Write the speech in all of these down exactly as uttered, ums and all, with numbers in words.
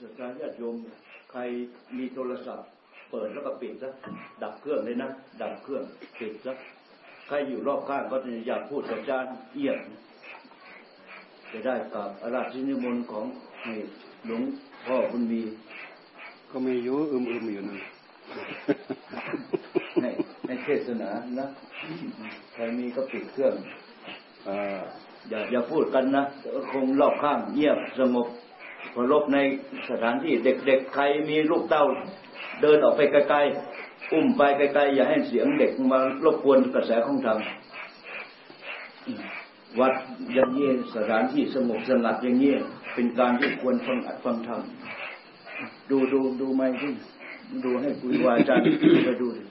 ศรัทธาญาติโยมใครมีโทรศัพท์เปิดแล้วก็ปิดซะดับเครื่องเลยนะดับเครื่องปิดซะใครอยู่รอบข้างก็อยากพูดกับอาจารย์เอี่ยมจะได้กับอาราธนิมนต์ของหลวงพ่อคุณมีก็มีอยู่อึมๆอยู่นั่นในในเทศนานะใครมีก็ปิดเครื่องอย่าอย่าพูดกันนะคงรอบข้างเงียบสงบเคารพในสถานที่เด็กๆใครมีลูกเต้าเดินออกไปไกลๆอุ้มไปไกลๆอย่าให้เสียงเด็กมารบกวนกระแสของธรรมวัดอย่างนี้สถานที่สงบสงัดอย่างนี้เป็นการที่ควรฟังอัดฟังธรรมดูดูดูไหมที่ดูให้คุยวาจาไปดูดิ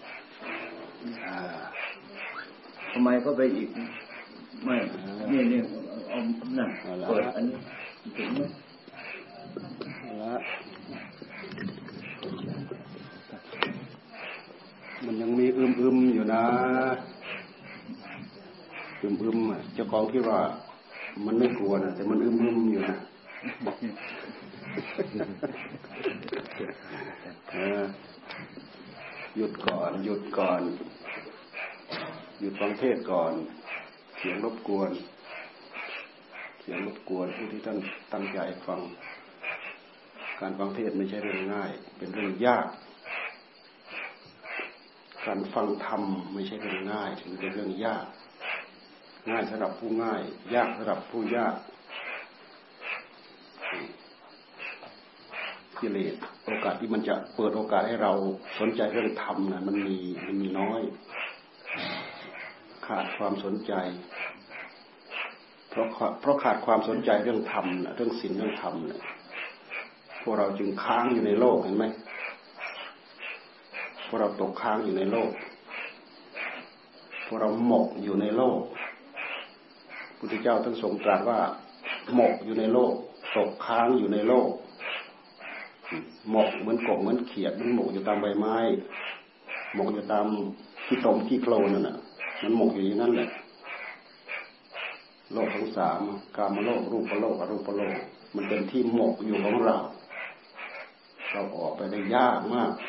ทำไมเขาไปอีกไม่เนี่ยเนี่ยเอานั่นเปิดอันนี้ถึงไหมมันยังมีอึมๆอยู่นะอึมๆเจ้าของคิดว่ามันไม่กลัวนะแต่มันอึมๆอยู่นะหยุดก่อนหยุดก่อนหยุดฟังเทศก่อนเสียงรบกวนเสียงรบกวนผู้ที่ท่านตั้งใจฟังการฟังเทศไม่ใช่เรื่องง่ายเป็นเรื่องยากการฟังธรรมไม่ใช่เรื่องง่ายถึงเป็นเรื่องยากง่ายสำหรับผู้ง่ายยากสำหรับผู้ยากกิเลสโอกาสที่มันจะเปิดโอกาสให้เราสนใจเรื่องธรรมนะมันมีมันมีน้อยขาดความสนใจเพราะเพราะขาดความสนใจเรื่องธรรมนะเรื่องศีลเรื่องธรรมเนี่ยพวกเราจึงค้างอยู่ในโลกเห็นไหมพวกเราตกค้างอยู่ในโลกพวกเราหมกอยู่ในโลกพุทธเจ้าท่านทรงตรัสว่าหมกอยู่ในโลกตกค้างอยู่ในโลกหมกเหมือนกบเหมือนเขียดมันหมกอยู่ตามใบไม้หมกอยู่ตามที่ตมที่โคลนนั่นน่ะมันหมกอยู่อย่างนั้นแหละโลกทั้งสามกามโลกรูปโลกอรูปโลกมันเป็นที่หมกอยู่ของเราเราออกไปได้ยากมาก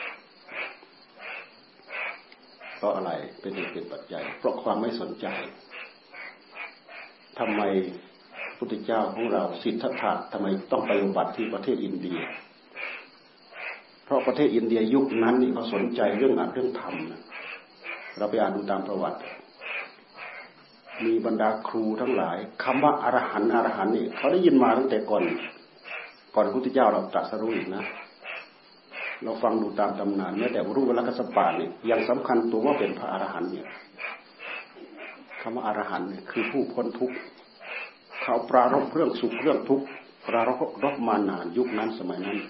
เพราะอะไรเป็นเหตุเป็นปัจจัยเพราะความไม่สนใจทำไมพุทธเจ้าของเราสิทธัตถะทำไมต้องไปอุบัติที่ประเทศอินเดียเพราะประเทศอินเดียยุคนั้นนี่เขาสนใจเรื่องอัดเรื่องธรรมนะเราไปอ่านดูตามประวัติมีบรรดาครูทั้งหลายคำว่าอรหันต์อรหันต์นี่เขาได้ยินมาตั้งแต่ก่อนก่อนพุทธเจ้าเราตรัสรู้อีกนะเราฟังดูตามตำนานแม้แต่รูปลักษณะปานนี่ยังสำคัญตัวว่าเป็นพระอรหันต์เนี่ยคำว่าอรหันต์เนี่ยคือผู้พ้นทุกข์เขาปรารภเรื่องสุขเรื่องทุกข์ปรารภรบมานานยุคนั้นสมัยนั้น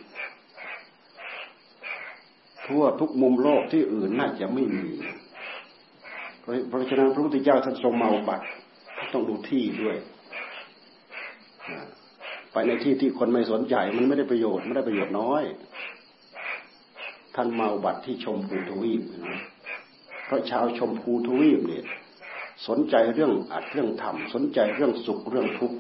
ทั่วทุกมุมโลกที่อื่นน่าจะไม่มีเพราะฉะนั้นพระพุทธเจ้าท่านทรงมาอุบัติต้องดูที่ด้วยไปในที่ที่คนไม่สนใจมันไม่ได้ประโยชน์ไม่ได้ประโยชน์น้อยท่านมาอุบัติที่ชมพูทวีปนะเพราะชาวชมพูทวีปเนี่ยสนใจเรื่องอัดเรื่องธรรมสนใจเรื่องสุขเรื่องทุกข์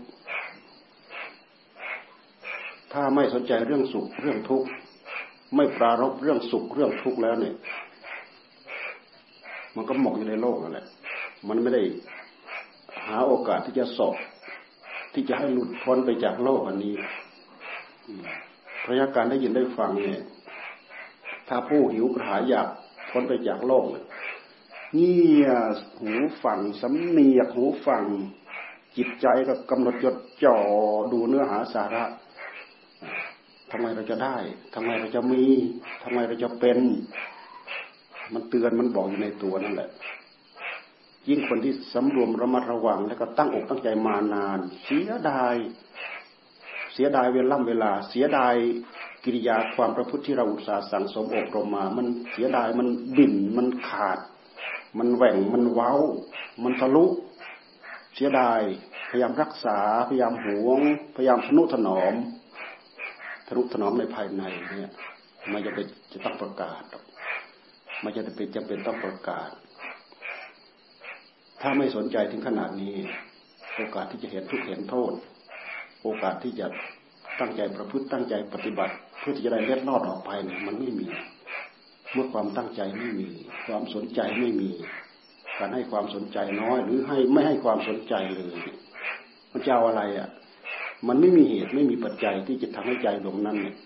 ถ้าไม่สนใจเรื่องสุขเรื่องทุกข์ไม่ปรารภเรื่องสุขเรื่องทุกข์แล้วเนี่ยมันก็หมกอยู่ในโลกนั่นแหละมันไม่ได้หาโอกาสที่จะสอบที่จะให้หลุดพ้นไปจากโลกอันนี้เพราะการได้ยินได้ฟังเนี่ยถ้าผู้หิวกระหายอยากพ้นไปจากโลกเงี่ยหูฟังสำเนียกหูฟังจิตใจก็กำหนดจดจ่อดูเนื้อหาสาระทำไมเราจะได้ทำไมเราจะมีทำไมเราจะเป็นมันเตือนมันบอกอยู่ในตัวนั่นแหละยิ่งคนที่สำรวมระมัดระวังแล้วก็ตั้งอกตั้งใจมานานเสียดายเสียดายเวลาเวลาเสียดายกิริยาความประพฤติที่เราอุตส่าห์สั่งสมอบรมมามันเสียดายมันบิ่นมันขาดมันแหว่งมันเว้ามันทะลุเสียดายพยายามรักษาพยายามหวงพยายามทนุถนอมทนุถนอมในภายในเนี่ยมันจะเป็นจะต้องประกาศมันจะเป็นจำเป็นต้องประกาศถ้าไม่สนใจถึงขนาดนี้โอกาสที่จะเห็นทุกข์เห็นโทษโอกาสที่จะตั้งใจประพฤติตั้งใจปฏิบัติเพื่อที่จะได้เล็ดลอดออกไปเนี่ยมันไม่มีเมื่อความตั้งใจไม่มีความสนใจไม่มีการให้ความสนใจน้อยหรือให้ไม่ให้ความสนใจเลยมันจะเอาอะไรอ่ะมันไม่มีเหตุไม่มีปัจจัยที่จะทำให้ใจดวงนั้นเนี่ย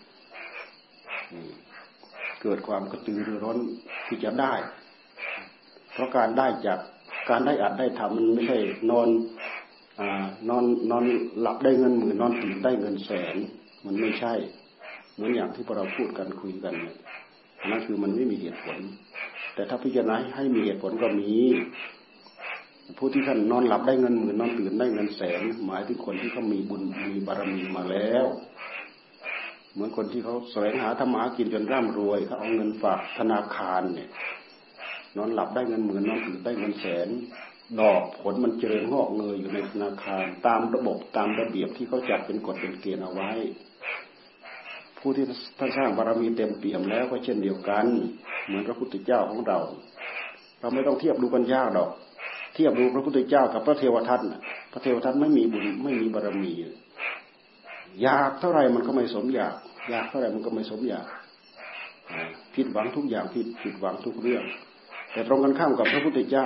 เกิดความกระตือรือร้นที่จะได้เพราะการได้จากการได้อัดได้ทำมันไม่ใช่นอนอ่านอนนอนหลับได้เงินหมื่นนอนตื่นได้เงินแสนมันไม่ใช่เหมือนอย่างที่พวกเราพูดกันคุยกันเนี่ยนั่นคือมันไม่มีเหตุผลแต่ถ้าพิจารณาให้มีเหตุผลก็มีผู้ที่ท่านนอนหลับได้เงินหมื่นนอนตื่นได้เงินแสนหมายถึงคนที่เขามีบุญมีบารมีมาแล้วเหมือนคนที่เขาแสวงหาธรรมะกินจนร่ำรวยเขาเอาเงินฝากธนาคารเนี่ยนอนหลับได้เงินหมื่นนอนตื่นได้เงินแสนดอกผลมันเจริญงอกเงยอยู่ในธนาคารตามระบบตามระเบียบที่เขาจัดเป็นกฎเป็นเกณฑ์เอาไว้ผู้ที่ท่านสร้างบารมีเต็มเปี่ยมแล้วก็เช่นเดียวกันเหมือนพระพุทธเจ้าของเราเราไม่ต้องเทียบดูกันยากดอกเทียบดูพระพุทธเจ้ากับพระเทวทัตพระเทวทัตไม่มีบุญไม่มีบารมีอยากเท่าไรมันก็ไม่สมอยากอยากเท่าไรมันก็ไม่สมอยากผิดหวังทุกอย่างผิดผิดหวังทุกเรื่องแต่ตรงกันข้ามกับพระพุทธเจ้า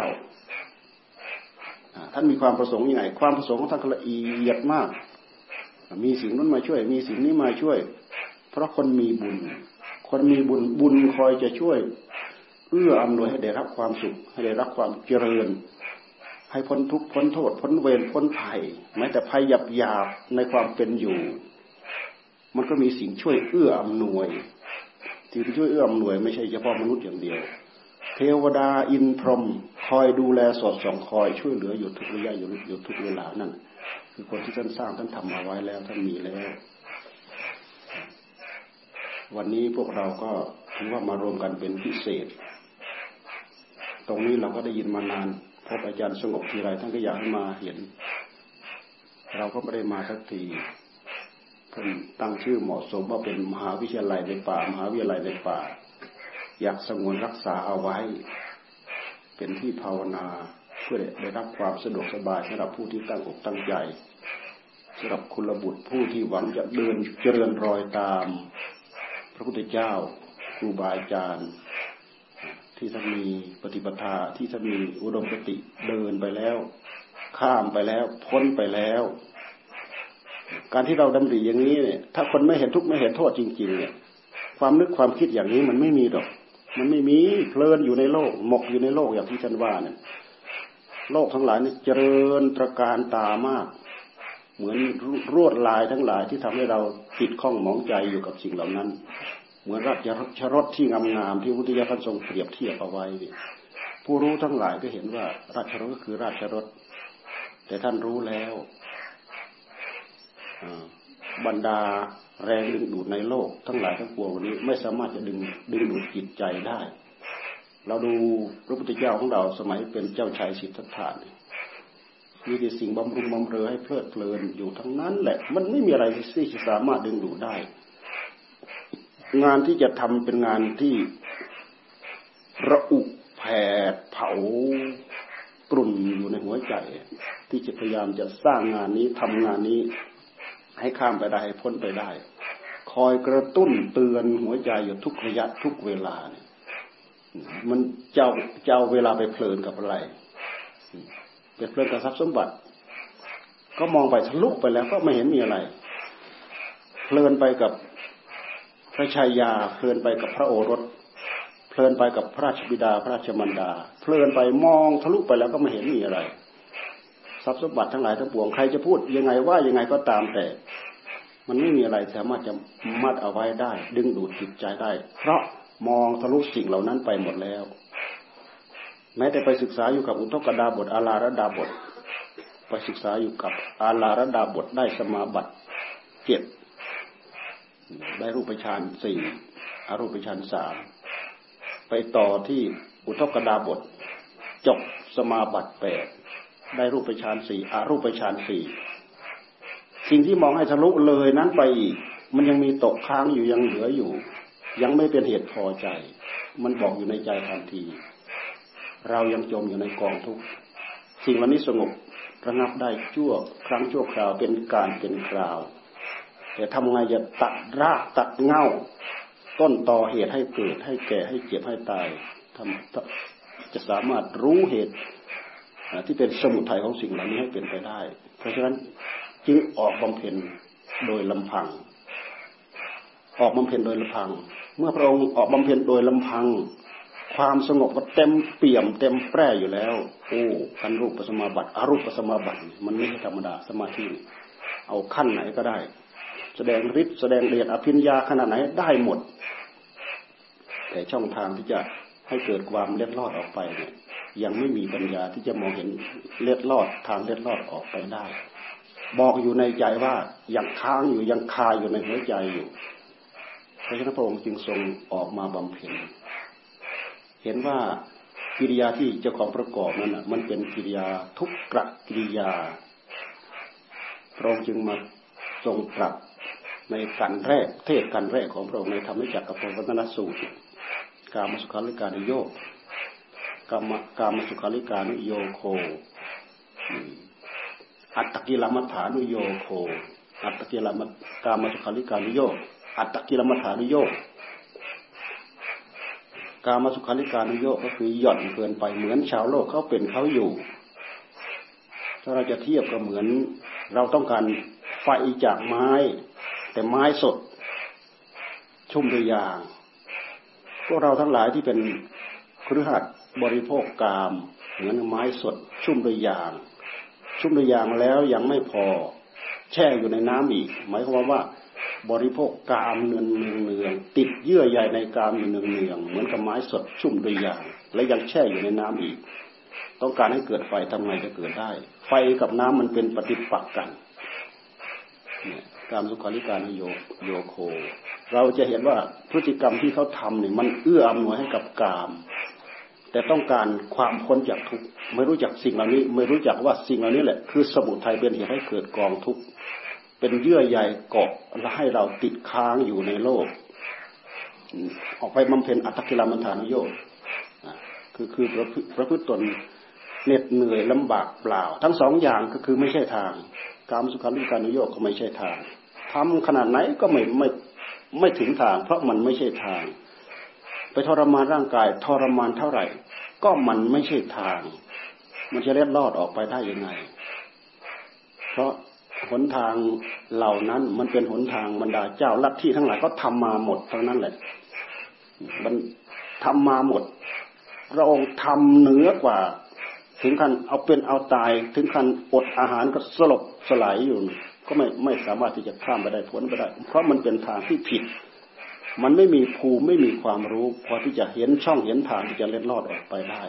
ท่านมีความประสงค์ยังไงความประสงค์ของท่านละเอียดมากมีสิ่งนั้นมาช่วยมีสิ่งนี้มาช่วยเพราะคนมีบุญคนมีบุญบุญคอยจะช่วยเอื้ออำนวยให้ได้รับความสุขให้ได้รับความเจริญให้พ้นทุกข์พ้นโทษพ้นเวรพ้นภัยแม้แต่ภัยหยาบหยาบในความเป็นอยู่มันก็มีสิ่งช่วยเอื้ออำนวยสิ่งที่ช่วยเอื้ออำนวยไม่ใช่เฉพาะมนุษย์อย่างเดียวเทวดาอินพรหมคอยดูแลสอดส่องคอยช่วยเหลืออยู่ทุกระยะอยู่อยู่ทุกเวลานั่นคือคนที่ท่านสร้างท่านทำเอาไว้แล้วท่านมีแล้ววันนี้พวกเราก็ถือว่ามารวมกันเป็นพิเศษตรงนี้เราก็ได้ยินมานานพบอาจารย์สงบทีไรท่านก็อยากให้มาเห็นเราก็ไม่ได้มาสักทีเพิ่นตั้งชื่อเหมาะสมว่าเป็นมหาวิทยาลัยในป่ามหาวิทยาลัยในป่าอยากสงวนรักษาเอาไว้เป็นที่ภาวนาเพื่อได้รับความสะดวกสบายสำหรับผู้ที่ตั้งอกตั้งใจสำหรับคุณบุตรผู้ที่หวังจะเดินเจริญรอยตามพระพุทธเจ้าครูบาอาจารย์ที่ท่านมีปฏิปทาที่ท่านมีอุดมคติเดินไปแล้วข้ามไปแล้วพ้นไปแล้วการที่เราดำริอย่างนี้เนี่ยถ้าคนไม่เห็นทุกข์ไม่เห็นโทษจริงๆเนี่ยความนึกความคิดอย่างนี้มันไม่มีดอกมันไม่มีเพลินอยู่ในโลกหมกอยู่ในโลกอย่างที่ท่านว่าเนี่ยโลกทั้งหลายนี่เจริญตระการตามากเหมือนรวดลายทั้งหลายที่ทำให้เราติดข้องหมองใจอยู่กับสิ่งเหล่านั้นเหมือนราชรถที่งามๆที่พุทธเจ้าท่านทรงเปรียบเทียบเอาไว้ผู้รู้ทั้งหลายก็เห็นว่าราชรถก็คือราชรถแต่ท่านรู้แล้วบรรดาแรงดึงดูดในโลกทั้งหลายทั้งปวงวันนี้ไม่สามารถจะดึงดึงดูดจิตใจได้เราดูพระพุทธเจ้าของเราสมัยเป็นเจ้าชายสิทธัตถะมีแต่สิ่งบำรุงบำเรอให้เพลิดเพลินอยู่ทั้งนั้นแหละมันไม่มีอะไรที่จะสามารถดึงดูดได้งานที่จะทำเป็นงานที่ระอุแผดเผากลุ่นอยู่ในหัวใจที่จะพยายามจะสร้างงานนี้ทำงานนี้ให้ข้ามไปได้ให้พ้นไปได้คอยกระตุ้นเตือนหัวใจอยู่ทุกระยะทุกเวลาเนี่ยมันเจ้าเจ้าเวลาไปเพลินกับอะไรไปเพลินกับทรัพย์สมบัติก็มองไปทะลุไปแล้วก็ไม่เห็นมีอะไรเพลินไปกับพระชายาเพลินไปกับพระโอรสเพลินไปกับพระราชบิดาพระราชมารดาเพลินไปมองทะลุไปแล้วก็ไม่เห็นมีอะไรทรัพย์สมบัติทั้งหลายทั้งปวงใครจะพูดยังไงว่ายังไงก็ตามแต่มันไม่มีอะไรสามารถจะมัดเอาไว้ได้ดึงดูดจิตใจได้เพราะมองทะลุสิ่งเหล่านั้นไปหมดแล้วแม้แต่ไปศึกษาอยู่กับอุทกดาบทอาลาระดาบทไปศึกษาอยู่กับอาลาระดาบทได้สมาบัติเจ็ดได้รูปฌานสี่อรูปฌานสามไปต่อที่อุทกดาบทจบสมาบัติแปดได้รูปฌานสี่อรูปฌานสี่สิ่งที่มองให้ทะลุเลยนั้นไปอีกมันยังมีตกค้างอยู่ยังเหลืออยู่ยังไม่เป็นเหตุพอใจมันบอกอยู่ในใจทันทีเรายังจมอยู่ในกองทุกข์สิ่งเหล่านี้สงบระงับได้ชั่วครั้งชั่วคราวเป็นการเป็นคราวแต่ทำไงจะตัดรากตัดเง่าต้นตอเหตุให้เกิดให้แก่ให้เจ็บให้ตายทำจะสามารถรู้เหตุที่เป็นสมุทัยของสิ่งเหล่านี้ให้เป็นไปได้เพราะฉะนั้นจึงออกบำเพ็ญโดยลำพังออกบำเพ็ญโดยลำพังเมื่อพระองค์ออกบำเพ็ญโดยลำพังความสงบก็เต็มเปี่ยมเต็มแปร่อยู่แล้วโอ้ขั้นรูปสมาบัติอรูปสมาบัติมันไม่ใช่ธรรมดาสมาธิเอาขั้นไหนก็ได้แสดงฤทธิ์แสดงเดชอภิญญาขนาดไหนได้หมดแต่ช่องทางที่จะให้เกิดความเล็ดลอดออกไปเนี่ยยังไม่มีปัญญาที่จะมองเห็นเล็ดลอดทางเล็ดลอดออกไปได้บอกอยู่ในใจว่ายังค้างอยู่ยังคาอยู่ในหัวใจอยู่เพราะฉะนั้นพระองค์จึงทรงออกมาบำเพ็ญเห็นว่ากิริยาที่เจ้าของประกอบนั้นน่ะมันเป็นกิริยาทุกขกิริยาพระองค์จึงมาทรงตรัสในกันแรกเทศกันแรกของพระองค์ในธรรมจักรกับวัฒนสูตรกามสุขาริการุโยคกามกามสุขาริการุโยโคอัตตกิลมัฏฐานุโยโคอัตตกิลมัฏกามสุขาริการุโยอัตตกิลมัฏฐานุโยกามสุขาริการุโยก็คือหย่อนเกินไปเหมือนชาวโลกเขาเป็นเขาอยู่ถ้าเราจะเทียบก็เหมือนเราต้องการไฟจากไม้แต่ไม้สดชุ่มด้วยยางพวกเราทั้งหลายที่เป็นคฤหัสถ์บริโภคกามเหมือนไม้สดชุ่มด้วยยางชุ่มด้วยยางแล้วยังไม่พอแช่อยู่ในน้ำอีกหมายความว่าบริโภคกามเนืองเนืองติดเยื่อใยในกามอยู่เนืองเนืองเหมือนกับไม้สดชุ่มด้วยยางและยังแช่อยู่ในน้ำอีกต้องการให้เกิดไฟทำไงจะเกิดได้ไฟกับน้ำมันเป็นปฏิปักษ์กันกามสุขาริการุโยโยโคเราจะเห็นว่าพฤติกรรมที่เขาทำเนี่ยมันเอื้ออำนวยให้กับกามแต่ต้องการความพ้นจากทุกข์ไม่รู้จักสิ่งเหล่านี้ไม่รู้จักว่าสิ่งเหล่านี้แหละคือสมุทัยเป็นเหตุให้เกิดกองทุกข์เป็นเยื่อใยเกาะและให้เราติดค้างอยู่ในโลกออกไปบำเพ็ญอัตตกิลมัฏฐานุโยคคือคือประพฤติตนเหน็ดเหนื่อยลำบากเปล่าทั้งสองอย่างก็คือไม่ใช่ทางกามสุขาริการุโยคก็ไม่ใช่ทางทำขนาดไหนก็ไม่ไม่ไม่ถึงทางเพราะมันไม่ใช่ทางไปทรมานร่างกายทรมานเท่าไหร่ก็มันไม่ใช่ทางมันจะเล็ดลอดออกไปได้ยังไงเพราะหนทางเหล่านั้นมันเป็นหนทางบรรดาเจ้าลัทธิทั้งหลายก็ทำมาหมดทั้งนั้นแหละมันทำมาหมดพระองค์ทำเหนือกว่าถึงขั้นเอาเป็นเอาตายถึงขั้นอดอาหารก็สลบสลายอยู่ก็ไม่ไม่สามารถที่จะข้ามไปได้พ้นไปได้เพราะมันเป็นทางที่ผิดมันไม่มีภูมิไม่มีความรู้พอที่จะเห็นช่องเห็นทางที่จะเล็ดลอดออกไปได้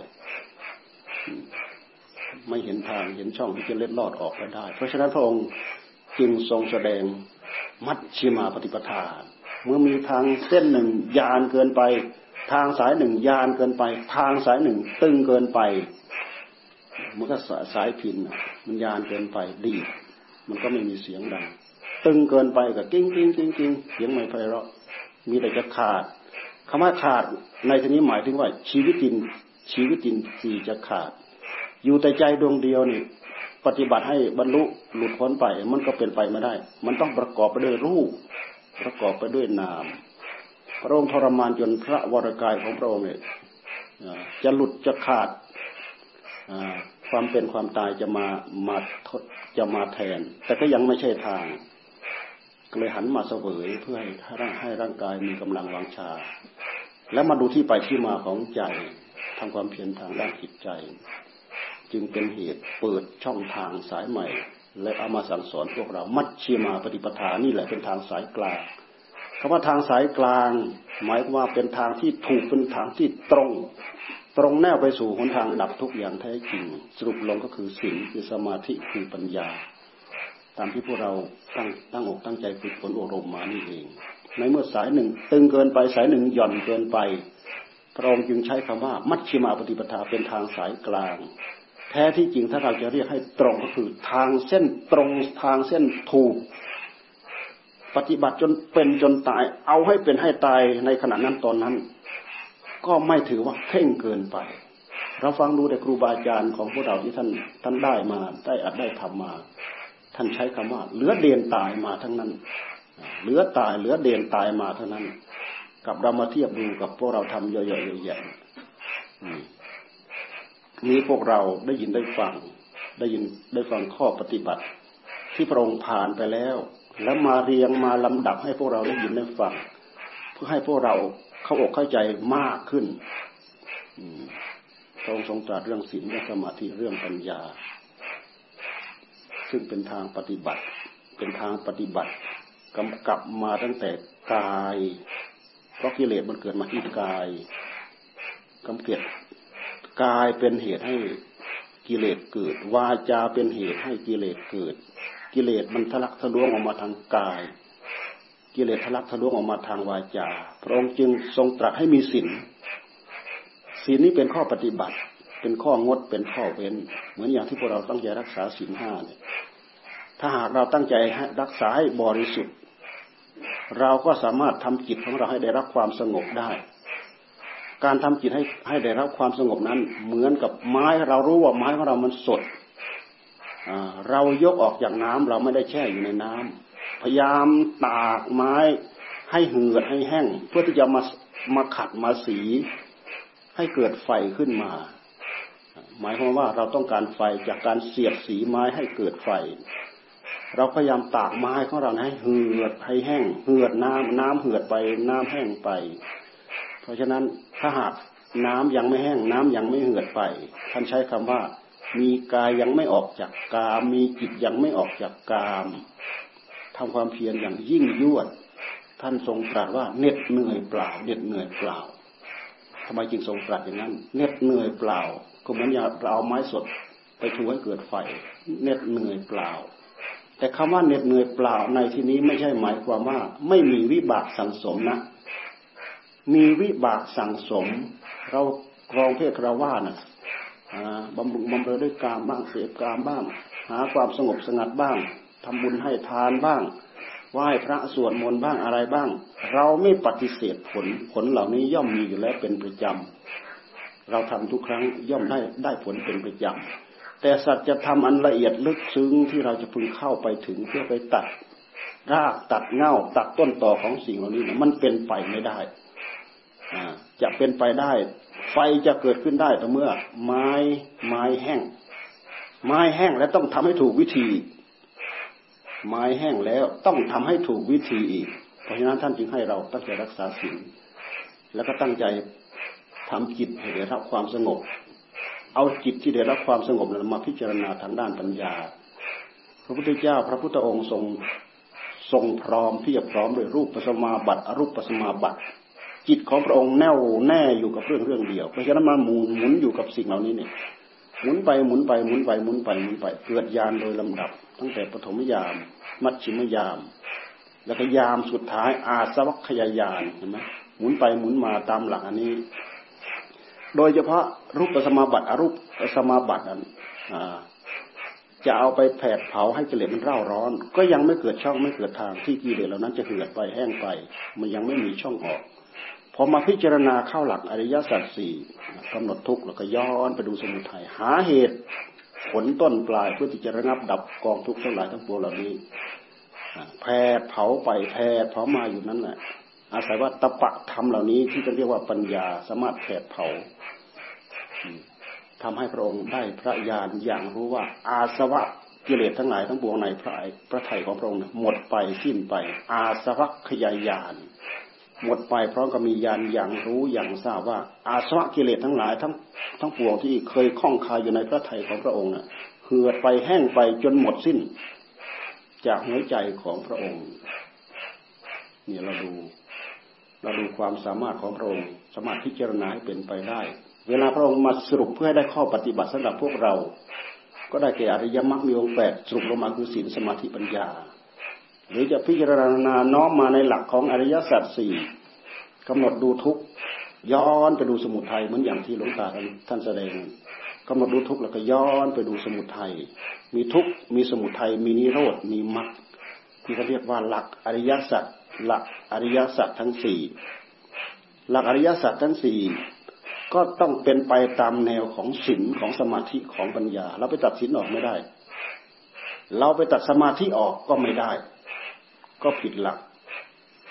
ไม่เห็นทางเห็นช่องที่จะเล็ดลอดออกไปได้เพราะฉะนั้นพระองค์จึงทรงแสดงมัชฌิมาปฏิปทาเมื่อมีทางเส้นหนึ่งยานเกินไปทางสายหนึ่งยานเกินไปทางสายหนึ่งตึงเกินไปมันก็สายพินมันยานเกินไปดีมันก็ไม่มีเสียงดังตึงเกินไปก็กิ้งกิ้งกิ้งกิ้งเสียงไม่ไพเราะมีแต่จะขาดคำว่าขาดในที่นี้หมายถึงว่าชีวิตินชีวิตินทรีย์จะขาดอยู่แต่ใจดวงเดียวนี่ปฏิบัติให้บรรลุหลุดพ้นไปมันก็เป็นไปไม่ได้มันต้องประกอบไปด้วยรูปประกอบไปด้วยนามพระองค์ทรมานจนพระวรกายของพระองค์เนี่ยจะหลุดจะขาดความเป็นความตายจะมามาทดจะมาแทนแต่ก็ยังไม่ใช่ทางก็เลยหันมาเสวยเพื่อให้ร่างให้ร่างกายมีกำลังวังชาแล้วมาดูที่ไปที่มาของใจทำความเพียรทางด้านจิตใจจึงเป็นเหตุเปิดช่องทางสายใหม่และเอามาสั่งสอนพวกเรามัชฌิมาปฏิปทานี่แหละเป็นทางสายกลางคำว่าทางสายกลางหมายว่าเป็นทางที่ถูกเป็นทางที่ตรงตรงแนวไปสู่หนทางดับทุกข์อย่างแท้จริงสรุปลงก็คือศีลคือสมาธิคือปัญญาตามที่พวกเราตั้งตั้งอกตั้งใจฝึกฝนอบรมมานี่เองในเมื่อสายหนึ่งตึงเกินไปสายหนึ่งหย่อนเกินไปพระองค์จึงใช้คำว่ามัชฌิมาปฏิปทาเป็นทางสายกลางแท้ที่จริงถ้าเราจะเรียกให้ตรงก็คือทางเส้นตรงทางเส้นถูกปฏิบัติจนเป็นจนตายเอาให้เป็นให้ตายในขณะนั้นตอนนั้นก็ไม่ถือว่าเข่งเกินไปเราฟังดูแต่ครูบาอาจารย์ของพวกเราที่ท่านท่านได้มาได้อัดได้ทำมาท่านใช้คำว่าเหลือเดียนตายมาทั้งนั้นเหลือตายเหลือเด่นตายมาเท่านั้นกับเรามาเทียบดูกับพวกเราทำเยอะๆใหญ่ๆนี้พวกเราได้ยินได้ฟังได้ยินได้ฟังข้อปฏิบัติที่พระองค์ผ่านไปแล้วแล้วมาเรียงมาลำดับให้พวกเราได้ยินได้ฟังเพื่อให้พวกเราเข้าอกเข้าใจมากขึ้นพระองค์ทรงตรัสเรื่องศีลเรื่องสมาธิเรื่องปัญญาซึ่งเป็นทางปฏิบัติเป็นทางปฏิบัติกำกับมาตั้งแต่กายเพราะกิเลสมันเกิดมาที่กายกำเกิดกายเป็นเหตุให้กิเลสเกิดวาจาเป็นเหตุให้กิเลสเกิดกิเลสมันทะลักทะลวงออกมาทางกายกิเลสทะลักทะลวงออกมาทางวาจาพระองค์จึงทรงตรัสให้มีศีลศีลนี้เป็นข้อปฏิบัติเป็นข้องดเป็นข้อเว้นเหมือนอย่างที่พวกเราตั้งใจรักษาศีลห้าเนี่ยถ้าหากเราตั้งใจรักษาให้บริสุทธิ์เราก็สามารถทำจิตของเราให้ได้รับความสงบได้การทำจิตให้ให้ได้รับความสงบนั้นเหมือนกับไม้เรารู้ว่าไม้ของเรามันสดเรายกออกจากน้ำเราไม่ได้แช่อยู่ในน้ำพยายามตากไม้ให้เหือดให้แห้งเพื่อที่จะมามาขัดมาสีให้เกิดไฟขึ้นมาหมายความว่าเราต้องการไฟจากการเสียดสีไม้ให้เกิดไฟเราพยายามตากไม้ของเราให้เหือดให้แห้งเหือดน้ำน้ำเหือดไปน้ำแห้งไปเพราะฉะนั้นถ้าหากน้ำยังไม่แห้งน้ำยังไม่เหือดไปท่านใช้คำว่ามีกายยังไม่ออกจากกามมีจิตยังไม่ออกจากกามทำความเพียรอย่างยิ่งยวดท่านทรงตรัสว่าเหน็ดเหนื่อยเปล่าเหน็ดเหนื่อยเปล่าทำไมจึงทรงตรัสอย่างนั้นเหน็ดเหนื่อยเปล่าก็เหมือนอย่างเราเอาไม้สดไปถูให้เกิดไฟเหน็ดเหนื่อยเปล่าแต่คำว่าเหน็ดเหนื่อยเปล่าในที่นี้ไม่ใช่หมายความว่าไม่มีวิบากสังสมนะมีวิบากสังสมเราครองเพศคราวาสนะบำรุงบำเรอด้วยกามบ้างเสพกามบ้างหาความสงบสงัดบ้างทำบุญให้ทานบ้างไหว้พระสวดมนต์บ้างอะไรบ้างเราไม่ปฏิเสธผลผลเหล่านี้ย่อมมีอยู่แล้วเป็นประจำเราทำทุกครั้งย่อมได้ได้ผลเป็นประจำแต่สัจธรรมอันละเอียดลึกซึ้งที่เราจะพึงเข้าไปถึงเพื่อไปตัดรากตัดเง่าตัดต้นตอของสิ่งเหล่านี้นะมันเป็นไปไม่ได้จะเป็นไปได้ไฟจะเกิดขึ้นได้แต่เมื่อไม้ไม้แห้งไม้แห้งแล้วต้องทำให้ถูกวิธีไม้แห้งแล้วต้องทำให้ถูกวิธีอีกเพราะฉะนั้นท่านจึงให้เราตั้งใจรักษาศีลแล้วก็ตั้งใจทำจิตให้ได้รับความสงบเอาจิตที่ได้รับความสงบนั้นมาพิจารณาทางด้านปัญญาพระพุทธเจ้าพระพุทธองค์ทรงทรงพร้อมที่จะพร้อมด้วยรูปปัสมาบัติอรูปปัสมาบัติจิตของพระองค์แน่วแน่อยู่กับเรื่องเรื่องเดียวเพราะฉะนั้นมาหมุนหมุนอยู่กับสิ่งเหล่านี้เนี่ยหมุนไปหมุนไปหมุนไปหมุนไปหมุนไปเกิดญาณโดยลำดับตั้งแต่ปฐมญาณมัชฌิมญาณแล้วก็ญาณสุดท้ายอาสวัคคยญาณเห็นไหมหมุนไปหมุนมาตามหลักอันนี้โดยเฉพาะรูปสมาบัติอรูปสมาบัตินั้นจะเอาไปแผดเผาให้กิเลสมันเร่าร้อนก็ยังไม่เกิดช่องไม่เกิดทางที่กิเลสเหล่านั้นจะเหือดไปแห้งไปมันยังไม่มีช่องออกพอมาพิจารณาเข้าหลักอริยสัจสี่กำหนดทุกข์แล้วก็ย้อนไปดูสมุทัยหาเหตุผลต้นปลายเพื่อที่จะระงับดับกองทุกข์ทั้งหลายทั้งปวงเหล่านี้แผดเผาไปแผดเผามาอยู่นั่นแหละอาศัยว่าตปะธรรมเหล่านี้ที่เรียกว่าปัญญาสามารถแผดเผาทำให้พระองค์ได้พระญาณอย่างรู้ว่าอาสวะกิเลสทั้งหลายทั้งปวงในพระพระทัยของพระองค์หมดไปสิ้นไปอาสวัคยญาณหมดไปพร้อมกับมีญาณอย่างรู้อย่างทราบว่าอาสวะกิเลสทั้งหลายทั้งทั้งปวงที่เคยคล้องคาอยู่ในพระทัยของพระองค์น่ะเหือดไปแห้งไปจนหมดสิ้นจากหัวใจของพระองค์นี่เราดูเราดูความสามารถของพระองค์สามารถพิจารณาให้เป็นไปได้เวลาพระองค์มาสรุปเพื่อให้ได้ข้อปฏิบัติสำหรับพวกเราก็ได้แก่อริยมรรคมีองค์แปดสรุปลงมาคือศีลสมาธิปัญญาหรือจะพิจารณาน้อมมาในหลักของอริยสัจสี่กำหนดดูทุกข์ย้อนไปดูสมุทัยเหมือนอย่างที่หลวงตาท่านแสดงกำหนดดูทุกข์แล้วก็ย้อนไปดูสมุทัยมีทุกข์มีสมุทัยมีนิโรธมีมรรคที่เขาเรียกว่าหลักอริยสัจหลักอริยสัจทั้งสี่หลักอริยสัจทั้งสี่ก็ต้องเป็นไปตามแนวของศีลของสมาธิของปัญญาเราไปตัดศีลออกไม่ได้เราไปตัดสมาธิออกก็ไม่ได้ก็ผิดหลัก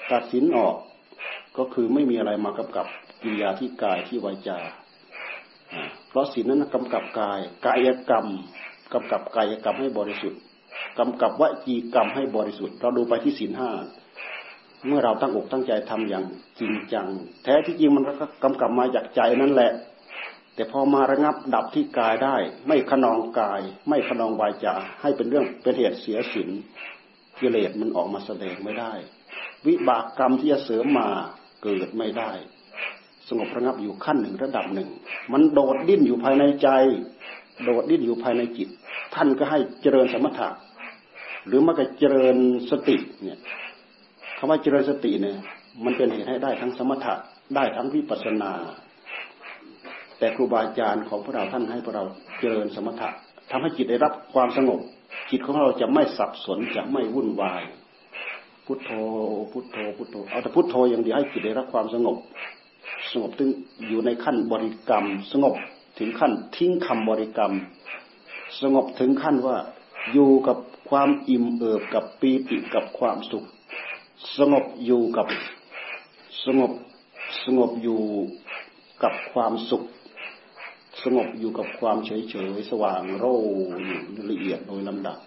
ตัดสินออกก็คือไม่มีอะไรมากำกับกิริยาที่กายที่วาจาเพราะศีลนั้นกำกับกายกายกรรมกำกับกายกรรมให้บริสุทธิ์กำกับวจีกรรมให้บริสุทธิ์เราดูไปที่ศีลห้าเมื่อเราตั้งอกตั้งใจทำอย่างจริงจังแท้ที่จริงมันก็กำกับมาจากใจนั่นแหละแต่พอมาระงับดับที่กายได้ไม่ขนองกายไม่ขนองวาจาให้เป็นเรื่องเป็นเหตุเสียศีลกิเลสมันออกมาแสดงไม่ได้วิบากกรรมที่จะเสริมมาเกิดไม่ได้สงบระงับอยู่ขั้นหนึ่งระดับหนึ่งมันโดดดิ้นอยู่ภายในใจโดดดิ้นอยู่ภายในจิตท่านก็ให้เจริญสมถะหรือมันก็เจริญสติเนี่ยคำว่าเจริญสติเนี่ยมันเป็นเหตุให้ได้ทั้งสมถะได้ทั้งวิปัสสนาแต่ครูบาอาจารย์ของพวกเราท่านให้พวกเราเจริญสมถะทำให้จิตได้รับความสงบจิตของเราจะไม่สับสนจะไม่วุ่นวายพุทโธพุทโธพุทโธเอาแต่พุทโธอย่างเดียวให้จิตได้รับความสงบสงบถึงอยู่ในขั้นบริกรรมสงบถึงขั้นทิ้งคำบริกรรมสงบถึงขั้นว่าอยู่กับความอิ่มเอิบกับปีติกับความสุขสงบอยู่กับสงบสงบอยู่กับความสุขสงบอยู่กับความเฉยเฉยสว่างโร่อยู่ละเอียดโดยลำดับ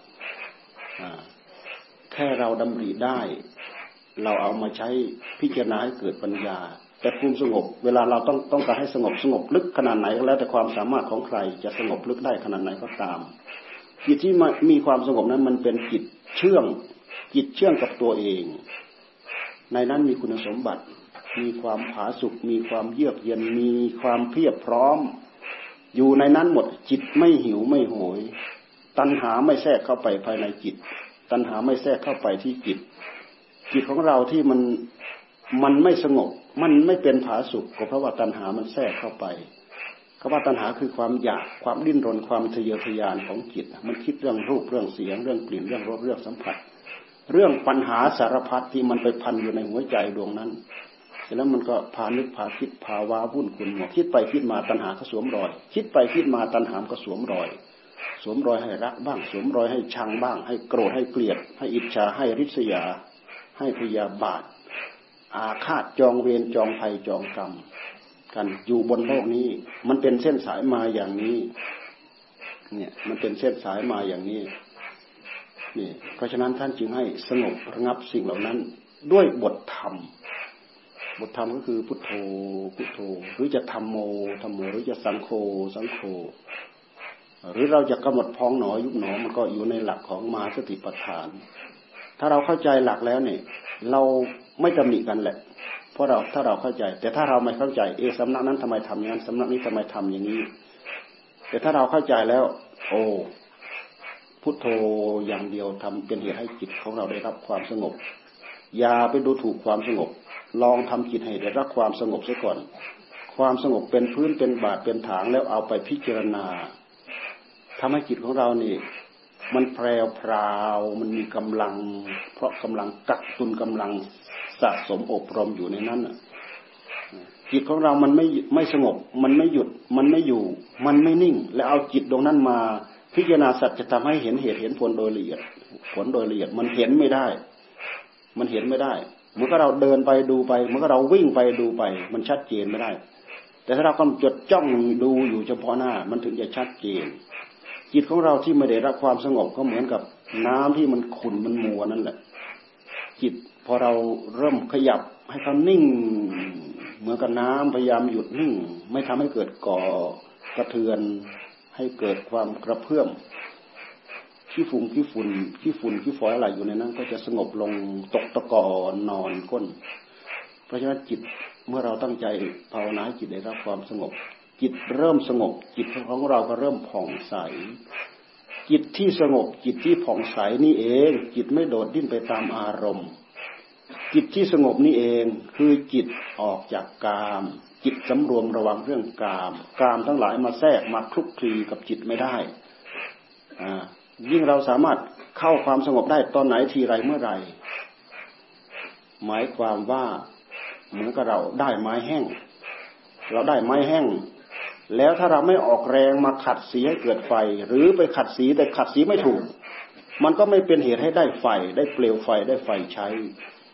แค่เราดำริได้เราเอามาใช้พิจารณาให้เกิดปัญญาแต่ภูมิสงบเวลาเราต้องต้องการให้สงบสงบลึกขนาดไหนก็แล้วแต่ความสามารถของใครจะสงบลึกได้ขนาดไหนก็ตามจิตที่มีความสงบนั้นมันเป็นจิตเชื่องจิตเชื่องกับตัวเองในนั้นมีคุณสมบัติมีความผาสุกมีความเยือกเย็นมีความเพียบพร้อมอยู่ในนั้นหมดจิตไม่หิวไม่โหยตัณหาไม่แทรกเข้าไปภายในจิตตัณหาไม่แทรกเข้าไปที่จิตจิตของเราที่มันมันไม่สงบมันไม่เป็นผาสุกก็เพราะว่าตัณหามันแทรกเข้าไปคำว่าตัณหาคือความอยากความดิ้นรนความทะเยอทะยานของจิตมันคิดเรื่องรูปเรื่องเสียงเรื่องกลิ่นเรื่องรสเรื่องสัมผัสเรื่องปัญหาสารพัดที่มันไปพันอยู่ในหัวใจดวงนั้นเสร็จแล้วมันก็พานึกพาคิดพาว้าวุ่นขุ่นหมองคิดไปคิดมาตัณหาก็สวมรอยคิดไปคิดมาตัณหาก็สวมรอยสวมรอยให้รักบ้างสวมรอยให้ชังบ้างให้โกรธให้เกลียดให้อิจฉาให้ริษยาให้พยาบาทอาฆาตจองเวรจองภัยจองกรรมกันอยู่บนโลกนี้มันเป็นเส้นสายมาอย่างนี้เนี่ยมันเป็นเส้นสายมาอย่างนี้นี่เพราะฉะนั้นท่านจึงให้สงบระงับสิ่งเหล่านั้นด้วยบทธรรมบทธรรมก็คือพุทโธพุทโธหรือจะธัมโมธัมโมหรือจะสังโฆสังโฆหรือเราจะกำหนดพองหนอยุบหนอมันก็อยู่ในหลักของมหาสติปัฏฐานถ้าเราเข้าใจหลักแล้วเนี่ยเราไม่ตำหนิกันแหละเพราะเราถ้าเราเข้าใจแต่ถ้าเราไม่เข้าใจเอสำนักนั้นทำไมทำอย่างนั้นสำนักนี้ทำไมทำอย่างนี้แต่ถ้าเราเข้าใจแล้วโอ้พุทโธอย่างเดียวทำเป็นเหตุให้จิตของเราได้รับความสงบอย่าไปดูถูกความสงบลองทำจิตให้ได้รับความสงบซะก่อนความสงบเป็นพื้นเป็นบาทเป็นฐานแล้วเอาไปพิจารณาทำให้จิตของเรานี่มันแพรวพราวมันมีกำลังเพราะกำลังกักตุนกำลังสะสมอบรมอยู่ในนั้นจิตของเรามันไม่ไม่สงบมันไม่หยุดมันไม่อยู่มันไม่นิ่งแล้วเอาจิตตรงนั้นมาพิจารณาสัจจะทำให้เห็นเหตุเห็นผลโดยละเอียดผลโดยละเอียดมันเห็นไม่ได้มันเห็นไม่ได้เมื่อเราเดินไปดูไปเมื่อเราวิ่งไปดูไปมันชัดเจนไม่ได้แต่ถ้าเรากำลังจดจ้องดูอยู่เฉพาะหน้ามันถึงจะชัดเจนจิตของเราที่ไม่ได้รับความสงบก็เหมือนกับน้ำที่มันขุ่นมันมัวนั่นแหละจิตพอเราเริ่มขยับให้เขานิ่งเหมือนกับน้ำพยายามหยุดนิ่งไม่ทำให้เกิดก่อกระเทือนให้เกิดความกระเพื่อมขี้ฝุ่นขี้ฝุ่นขี้ฝุ่นขี้ฝอยอะไรอยู่ในนั้นก็จะสงบลงตกตะกอนนอนก้นเพราะฉะนั้นจิตเมื่อเราตั้งใจภาวนาจิตได้รับความสงบจิตเริ่มสงบจิตของเราก็เริ่มผ่องใสจิตที่สงบจิตที่ผ่องใสนี่เองจิตไม่โดดดิ้นไปตามอารมณ์จิตที่สงบนี่เองคือจิตออกจากกามจิตสำรวมระวังเรื่องกามกามทั้งหลายมาแทรกมาคลุกคลีกับจิตไม่ได้อ่ายิ่งเราสามารถเข้าความสงบได้ตอนไหนทีไรเมื่อไรหมายความว่าเหมือนกับเราได้ไม้แห้งเราได้ไม้แห้งแล้วถ้าเราไม่ออกแรงมาขัดสีให้เกิดไฟหรือไปขัดสีแต่ขัดสีไม่ถูกมันก็ไม่เป็นเหตุให้ได้ไฟได้เปลวไฟได้ไฟใช้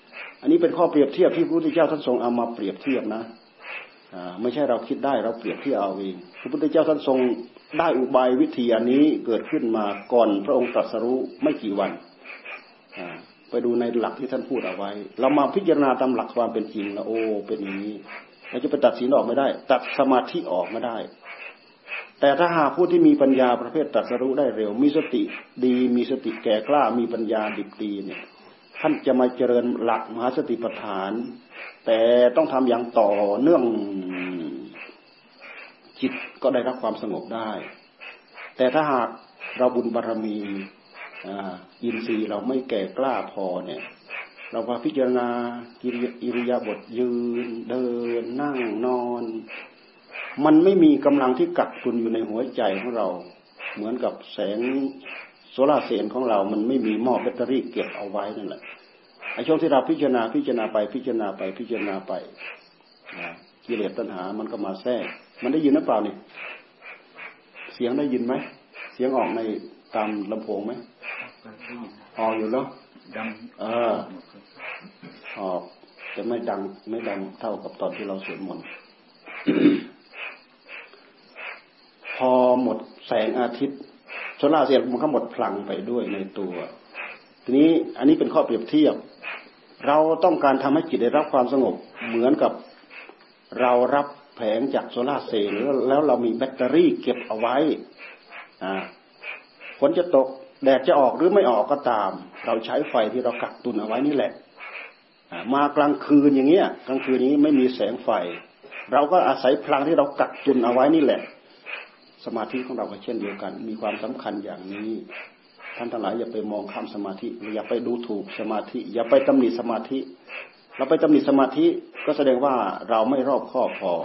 อันนี้เป็นข้อเปรียบเทียบที่พระพุทธเจ้าท่านทรงเอามาเปรียบเทียบนะไม่ใช่เราคิดได้เราเปรียบเทียบเอาเองพระพุทธเจ้าท่านทรงได้อุบายวิธีอันนี้เกิดขึ้นมาก่อนพระองค์ตรัสรู้ไม่กี่วันไปดูในหลักที่ท่านพูดเอาไว้เรามาพิจารณาตามหลักความเป็นจริงแล้วโอ้เป็นอย่างนี้เราจะไปตัดสินออกไม่ได้ตัดสมาธิออกไม่ได้แต่ถ้าหากผู้ที่มีปัญญาประเภทตรัสรู้ได้เร็วมีสติดีมีสติแก่กล้ามีปัญญาดิบดีเนี่ยท่านจะมาเจริญหลักมหาสติปัฏฐานแต่ต้องทำอย่างต่อเนื่องจิตก็ได้รับความสงบได้แต่ถ้าหากเราบุญบารมีอินทรีย์เราไม่แก่กล้าพอเนี่ยเรามาพิจารณาอิริยาบถยืนเดินนั่งนอนมันไม่มีกำลังที่กักตุนอยู่ในหัวใจของเราเหมือนกับแสงโซลาร์เซลล์ของเรามันไม่มีหม้อแบตเตอรี่เก็บเอาไว้นั่นแหละไอ้ช่วงที่เราพิจารณาพิจารณาไปพิจารณาไปพิจารณาไปกิเลสตัณหามันก็มาแทรกมันได้ยินหรือเปล่านี่เสียงได้ยินไหมเสียงออกในตามลำโพงไหมออกอยู่แล้วดังเออออกจะไม่ดังไม่ดังเท่ากับตอนที่เราสวดมนต์ พอหมดแสงอาทิตย์โซล่าร์เซลล์มันก็หมดพลังไปด้วยในตัวทีนี้อันนี้เป็นข้อเปรียบเทียบเราต้องการทำให้จิตได้รับความสงบเหมือนกับเรารับแผงจากโซล่าร์เซลล์แล้วเรามีแบตเตอรี่เก็บเอาไว้ฝนจะตกแดดจะออกหรือไม่ออกก็ตามเราใช้ไฟที่เรากักตุนเอาไว้นี่แหละมากลางคืนอย่างเงี้ยกลางคืนนี้ไม่มีแสงไฟเราก็อาศัยพลังที่เรากักตุนเอาไว้นี่แหละสมาธิของเราก็เช่นเดียวกันมีความสำคัญอย่างนี้ท่านทั้งหลายอย่าไปมองข้ามสมาธิอย่าไปดูถูกสมาธิอย่าไปตำหนิสมาธิเราไปตำหนิสมาธิก็แสดงว่าเราไม่รอบคอบพอ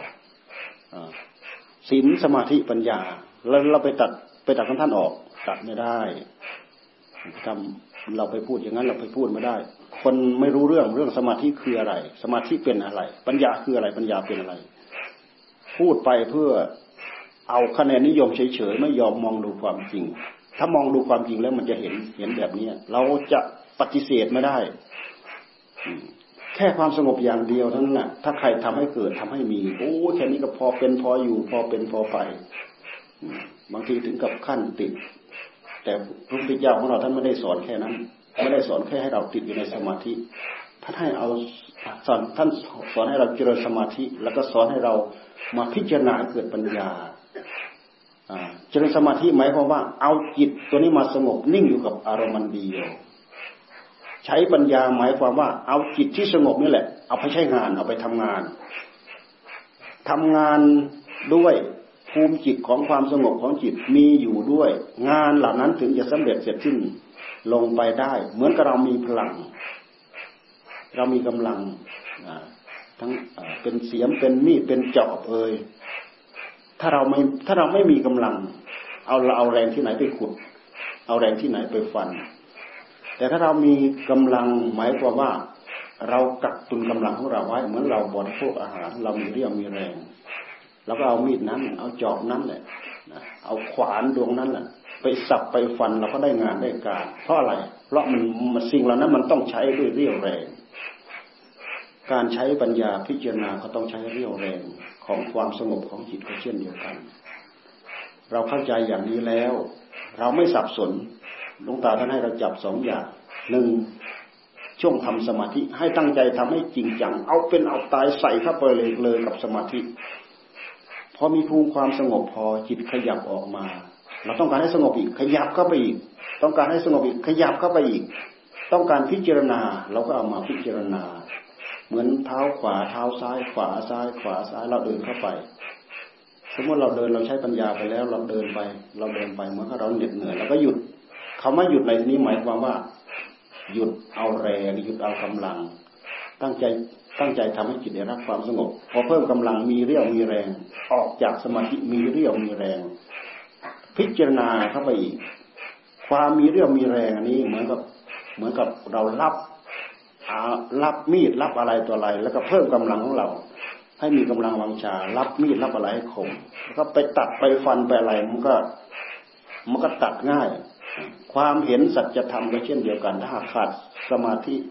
ศีลสมาธิปัญญาแล้วเราไปตัดไปตัดของท่านออกตัดไม่ได้ทำเราไปพูดอย่างนั้นเราไปพูดไม่ได้คนไม่รู้เรื่องเรื่องสมาธิคืออะไรสมาธิเป็นอะไรปัญญาคืออะไรปัญญาเป็นอะไรพูดไปเพื่อเอาคะแนนนิยมเฉยๆไม่ยอมมองดูความจริงถ้ามองดูความจริงแล้วมันจะเห็นเห็นแบบนี้เราจะปฏิเสธไม่ได้แค่ความสงบอย่างเดียวเท่านั้นแหละถ้าใครทำให้เกิดทำให้มีโอ้แค่นี้ก็พอเป็นพออยู่พอเป็นพอไปบางทีถึงกับขั้นติดแต่พระพุทธเจ้าของเราท่านไม่ได้สอนแค่นั้นไม่ได้สอนแค่ให้เราติดอยู่ในสมาธิท่านให้เอาสอนท่านสอนให้เราเจริญสมาธิแล้วก็สอนให้เรามาพิจารณาเกิดปัญญาเจริญสมาธิหมายความว่าเอาจิตตัวนี้มาสงบนิ่งอยู่กับอารมณ์เดียวใช้ปัญญาหมายความว่าเอาจิตที่สงบนี่แหละเอาไปใช้งานเอาไปทำงานทำงานด้วยภูมิจิตของความสงบของจิตมีอยู่ด้วยงานเหล่านั้นถึงจะสำเร็จเสร็จสิ้นลงไปได้เหมือนกับเรามีพลังเรามีกำลังทั้งเป็นเสียมเป็นมีดเป็นจอบเอ่ยถ้าเราไม่ถ้าเราไม่มีกำลังเอาเราเอาแรงที่ไหนไปขุดเอาแรงที่ไหนไปฟันแต่ถ้าเรามีกำลังหมายความว่าเรากักตุนกำลังของเราไว้เหมือนเราบริโภคอาหารเรามีเรี่ยวมีแรงแล้วก็เอามีดนั้นเอาจอบนั้นแหละเอาขวานดวงนั้นแหละไปสับไปฟันเราก็ได้งานได้การเพราะอะไรเพราะมันสิ่งเหล่านั้นมันต้องใช้ด้วยเรี่ยวแรงการใช้ปัญญาพิจารณาก็ต้องใช้เรี่ยวแรงของความสงบของจิตก็เช่นเดียวกันเราเข้าใจอย่างนี้แล้วเราไม่สับสนหลวงตาท่านให้เราจับสองอย่างหนึ่งช่วงทำสมาธิให้ตั้งใจทำให้จริงจังเอาเป็นเอาตายใส่เข้าไปเลยเลยกับสมาธิพอมีภูมิความสงบพอจิตขยับออกมาเราต้องการให้สงบอีกขยับเข้าไปอีกต้องการให้สงบอีกขยับเข้าไปอีกต้องการพิจารณาเราก็เอามาพิจารณาเหมือนเท้าขวาเท้าซ้ายขวาซ้ายขวาซ้ายเราเดินเข้าไปสมมติเราเดินเราใช้ปัญญาไปแล้วเราเดินไปเราเดินไปเหมือนกับเราเหน็ดเหนื่อยเราก็หยุดคำว่าหยุดในที่นี้หมายความว่าหยุดเอาแรงหยุดเอากำลังตั้งใจตั้งใจทำให้จิตได้รับความสงบพอเพิ่มกำลังมีเรี่ยวมีแรงออกจากสมาธิมีเรี่ยวมีแรงพิจารณาเข้าไปอีกความมีเรี่ยวมีแรงอันนี้เหมือนกับเหมือนกับเรารับรับมีดรับอะไรตัวอะไรแล้วก็เพิ่มกำลังของเราให้มีกำลังวังชารับมีดรับอะไรให้คมแล้วก็ไปตัดไปฟันไปอะไรมันก็มันก็ตัดง่ายความเห็นสัจธรรมก็เช่นเดียวกันถ้าขาดสมาธิข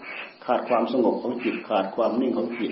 ขาดความสงบของจิตขาดความนิ่งของจิต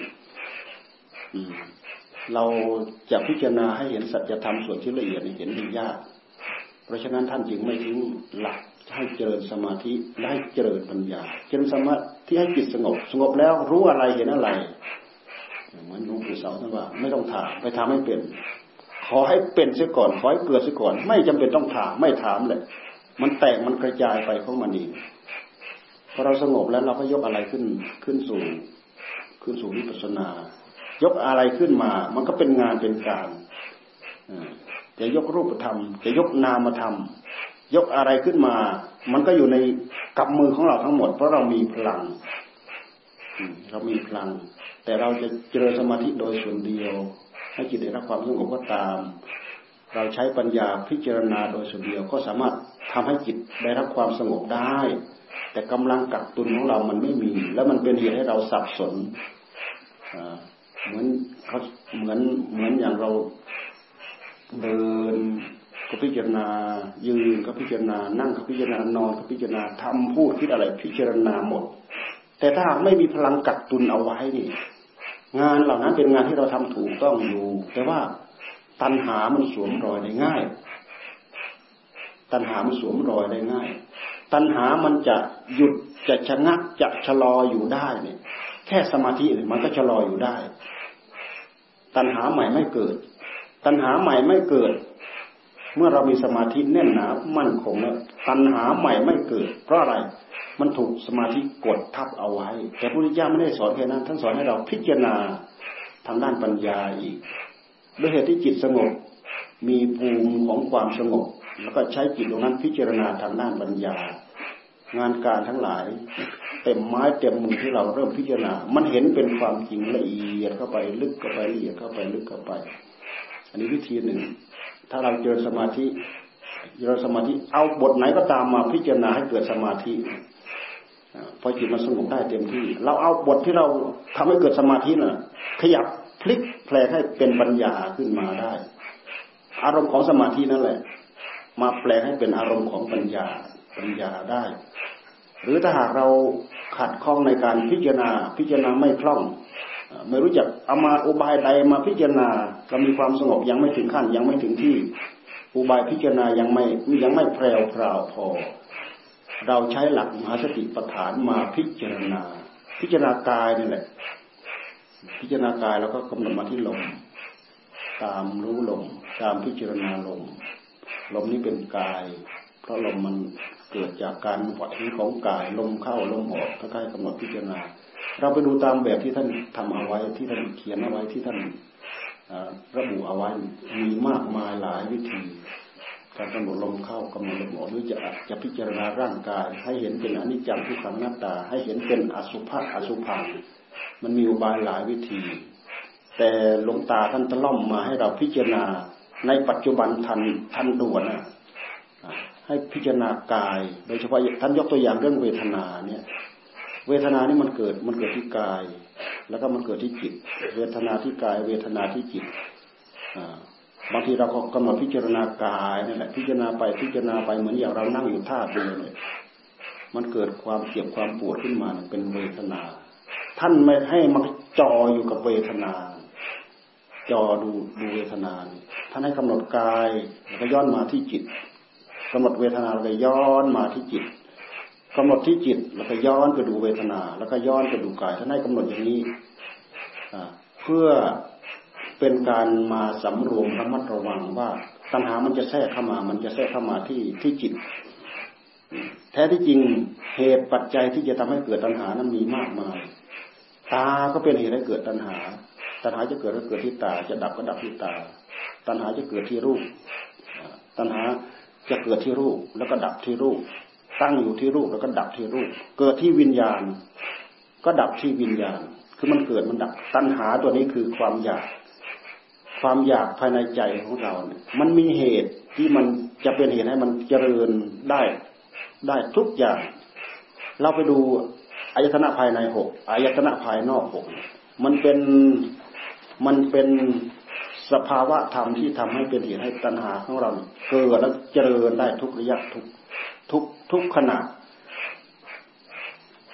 เราจะพิจารณาให้เห็นสัจธรรมส่วนที่ละเอียดเห็นได้ยากเพราะฉะนั้นท่านจึงไม่ทิ้งหลักให้เจริญสมาธิและให้เจริญปัญญาเจริญสมาธิให้จิตสงบสงบแล้วรู้อะไรเห็นอะไรเหมือนหลวงปู่เสาท่านว่าไม่ต้องถามไปทำให้เป็นขอให้เป็นเสียก่อนขอให้เกิดเสียก่อนไม่จำเป็นต้องถามไม่ถามเลยมันแตกมันกระจายไปของมันเองพอเราสงบแล้วเราก็ยกอะไรขึ้นขึ้นสู่ขึ้นสู่วิปัสสนายกอะไรขึ้นมามันก็เป็นงานเป็นการจะยกรูปธรรมจะยกนามธรรมยกอะไรขึ้นมามันก็อยู่ในกำมือของเราทั้งหมดเพราะเรามีพลังเรามีพลังแต่เราจะเจริญสมาธิโดยส่วนเดียวให้จิตได้รับความสงบก็ตามเราใช้ปัญญาพิจารณาโดยส่วนเดียวก็สามารถทำให้จิตได้รับความสงบได้แต่กำลังกักตุนของเรามันไม่มีแล้วมันเป็นเหตุให้เราสับสนเหมือนเขาเหมือนเหมือนอย่างเราเดินก็พิจารณายืนก็พิจารณานั่งก็พิจารณานอนก็พิจารณาทำพูดคิดอะไรพิจารณาหมดแต่ถ้าไม่มีพลังกักตุนเอาไว้นี่งานเหล่านั้นเป็นงานที่เราทำถูกต้องอยู่แต่ว่าตัณหามันสวมรอยได้ง่ายตัณหามันสวมรอยได้ง่ายตัณหามันจะหยุดจะชะงักจะชะลออยู่ได้เนี่ยแค่สมาธิมันก็ชะลออยู่ได้ตัณหาใหม่ไม่เกิดตัณหาใหม่ไม่เกิดเมื่อเรามีสมาธิแน่นหนามั่นคงแล้วตัณหาใหม่ไม่เกิดเพราะอะไรมันถูกสมาธิกดทับเอาไว้แต่พระพุทธเจ้าไม่ได้สอนแค่นั้นท่านสอนให้เราพิจารณาทางด้านปัญญาอีกด้วยเหตุที่จิตสงบมีภูมิของความสงบแล้วก็ใช้จิตตรงนั้นพิจารณาทางด้านปัญญางานการทั้งหลายเต็มไม้เต็มมือที่เราเริ่มพิจารณามันเห็นเป็นความจริงละเอียดเข้าไปลึกเข้าไปละเอียดเข้าไปลึกเข้าไปอันนี้วิธีหนึ่งถ้าเราเจอสมาธิเจอสมาธิเอาบทไหนก็ตามมาพิจารณาให้เกิดสมาธิพอจิตมันสงบได้เต็มที่เราเอาบทที่เราทำให้เกิดสมาธิน่ะขยับพลิกแปลงให้เป็นปัญญาขึ้นมาได้อารมณ์ของสมาธินั่นแหละมาแปลงให้เป็นอารมณ์ของปัญญาปัญญาได้หรือถ้าหากเราขัดข้องในการพิจารณาพิจารณาไม่คล่องไม่รู้จักเอามาอุบายใดมาพิจารณาเรามีความสงบยังไม่ถึงขั้นยังไม่ถึงที่อุบายพิจารณายังไม่ยังไม่แพรวพราวพอเราใช้หลักมหาสติปัฏฐานมาพิจารณาพิจารณากายนี่แหละพิจารณากายแล้วก็กำหนดมาที่ลมตามรู้ลมตามพิจารณาลมลมนี้เป็นกายเพราะลมมันเกิดจากการไหวของกายลมเข้าลมออกก็ใกล้กำหนดพิจารณาเราไปดูตามแบบที่ท่านทำเอาไว้ที่ท่านเขียนเอาไว้ที่ท่านระบุเอาไว้มีมากมายหลายวิธีการกำหนดลมเข้ากำหนดลมออกหรือจะจะพิจารณาร่างกายให้เห็นเป็นอนิจจังทุกขังอนัตตาให้เห็นเป็นอสุภะอสุภังมันมีอุบายหลายวิธีแต่หลวงตาท่านตะล่อมมาให้เราพิจารณาในปัจจุบันทันทันด่วนนะให้พิจารณากายโดยเฉพาะท่านยกตัวอย่างเรื่องเวทนาเนี่ยเวทนานี่มันเกิดมันเกิดที่กายแล้วก็มันเกิดที่จิตเวทนาที่กายเวทนาที่จิตบางทีเราก็กำหนดพิจารณากายนี่แหละพิจารณาไปพิจารณาไปเหมือนอย่างเรานั่งอยู่ท่าเดียวเลยมันเกิดความเจ็บความปวดขึ้นมาเป็นเวทนาท่านไม่ให้มันจออยู่กับเวทนาจอดูดูเวทนาท่านให้กำหนดกายแล้วก็ย้อนมาที่จิตกำหนดเวทนาแล้วก็ย้อนมาที่จิตกำหนดที่จิตแล้วก็ย้อนไปดูเวทนาแล้วก็ย้อนไปดูกายท่านให้กำหนดอย่างนี้เพื่อเป็นการมาสำรวมระมัดระวังว่าตัณหามันจะแทรกเข้ามามันจะแทรกเข้ามาที่ที่จิตแท้ที่จริงเหตุปัจจัยที่จะทำให้เกิดตัณหานั้นมีมากมายตาก็เป็นเหตุให้เกิดตัณหาตัณหาจะเกิดก็เกิดที่ตาจะดับก็ดับที่ตาตัณหาจะเกิดที่รูปตัณหาจะเกิดที่รูปแล้วก็ดับที่รูปตั้งอยู่ที่รูปแล้วก็ดับที่รูปเกิดที่วิญญาณก็ดับที่วิญญาณคือมันเกิดมันดับตัณหาตัวนี้คือความอยากความอยากภายในใจของเราเนี่ยมันมีเหตุที่มันจะเป็นเหตุให้มันเจริญได้ได้ทุกอย่างเราไปดูอายตนะภายในหกอายตนะภายนอกหกมันเป็นมันเป็นสภาวะธรรมที่ทำให้เป็นเหตุให้ตัณหาของเราเกิดและเจริญได้ทุกระยะทุกทุกทุกขณะ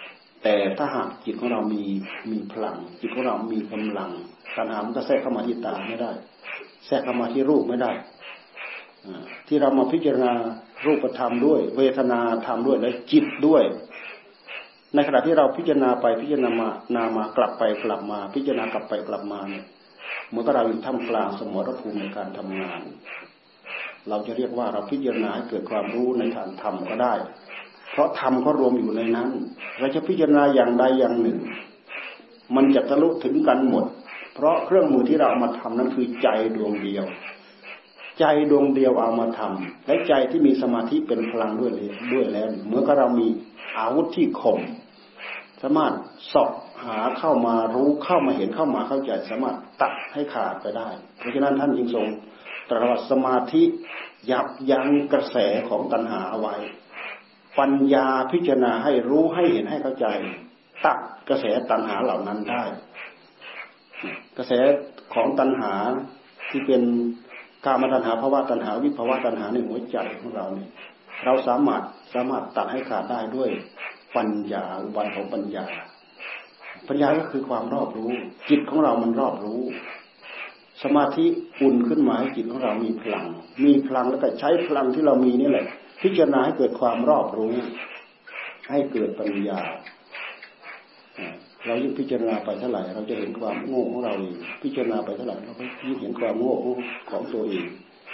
แต่ถ้าหากจิตของเรามีมีพลังจิตของเรามีกำลังตัณหามันก็แทรกเข้ามาที่ตาไม่ได้แทรกเข้ามาที่รูปไม่ได้ที่เรามาพิจารณารูปธรรมด้วยเวทนาธรรมด้วยและจิตด้วยในขณะที่เราพิจารณาไปพิจารณามานามากลับไปกลับมาพิจารณากลับไปกลับมาเนี่ยเมื่อเราอยู่ท่ามกลางสมรภูมิในการทำงานเราจะเรียกว่าเราพิจารณาให้เกิดความรู้ในทางธรรมก็ได้เพราะธรรมก็รวมอยู่ในนั้นเราจะพิจารณาอย่างใดอย่างหนึ่งมันจะทะลุถึงกันหมดเพราะเครื่องมือที่เราเอามาทำนั้นคือใจดวงเดียวใจดวงเดียวเอามาทำและใจที่มีสมาธิเป็นพลังด้วยด้วยแล้วเมื่อเรามีอาวุธที่คมสามารถสอบหาเข้ามารู้เข้ามาเห็นเข้ามาเข้าใจสามารถตัดให้ขาดไปได้เพราะฉะนั้นท่านจึงทรงตรัสว่าสมาธิยับยั้งกระแสของตัณหาเอาไว้ปัญญาพิจารณาให้รู้ให้เห็นให้เข้าใจตัดกระแสตัณหาเหล่านั้นได้กระแสของตัณหาที่เป็นกามตัณหาภวตัณหาวิภวตัณหาในหัวใจของเราเนี่ยเราสามารถสามารถตัดให้ขาดได้ด้วยปัญญาอุบายของปัญญาปัญญาก็คือความรอบรู้จิตของเรามันรอบรู้สมาธิอุ่นขึ้นมาให้จิตของเรามีพลังมีพลังแล้วก็ใช้พลังที่เรามีนี่แหละพิจารณาให้เกิดความรอบรู้ให้เกิดปัญญาเรายิ่งพิจารณาไปเท่าไหร่เราจะเห็นความโง่ของเราเองพิจารณาไปเท่าไหร่เราก็ยิ่งเห็นความโง่ของตัวเอง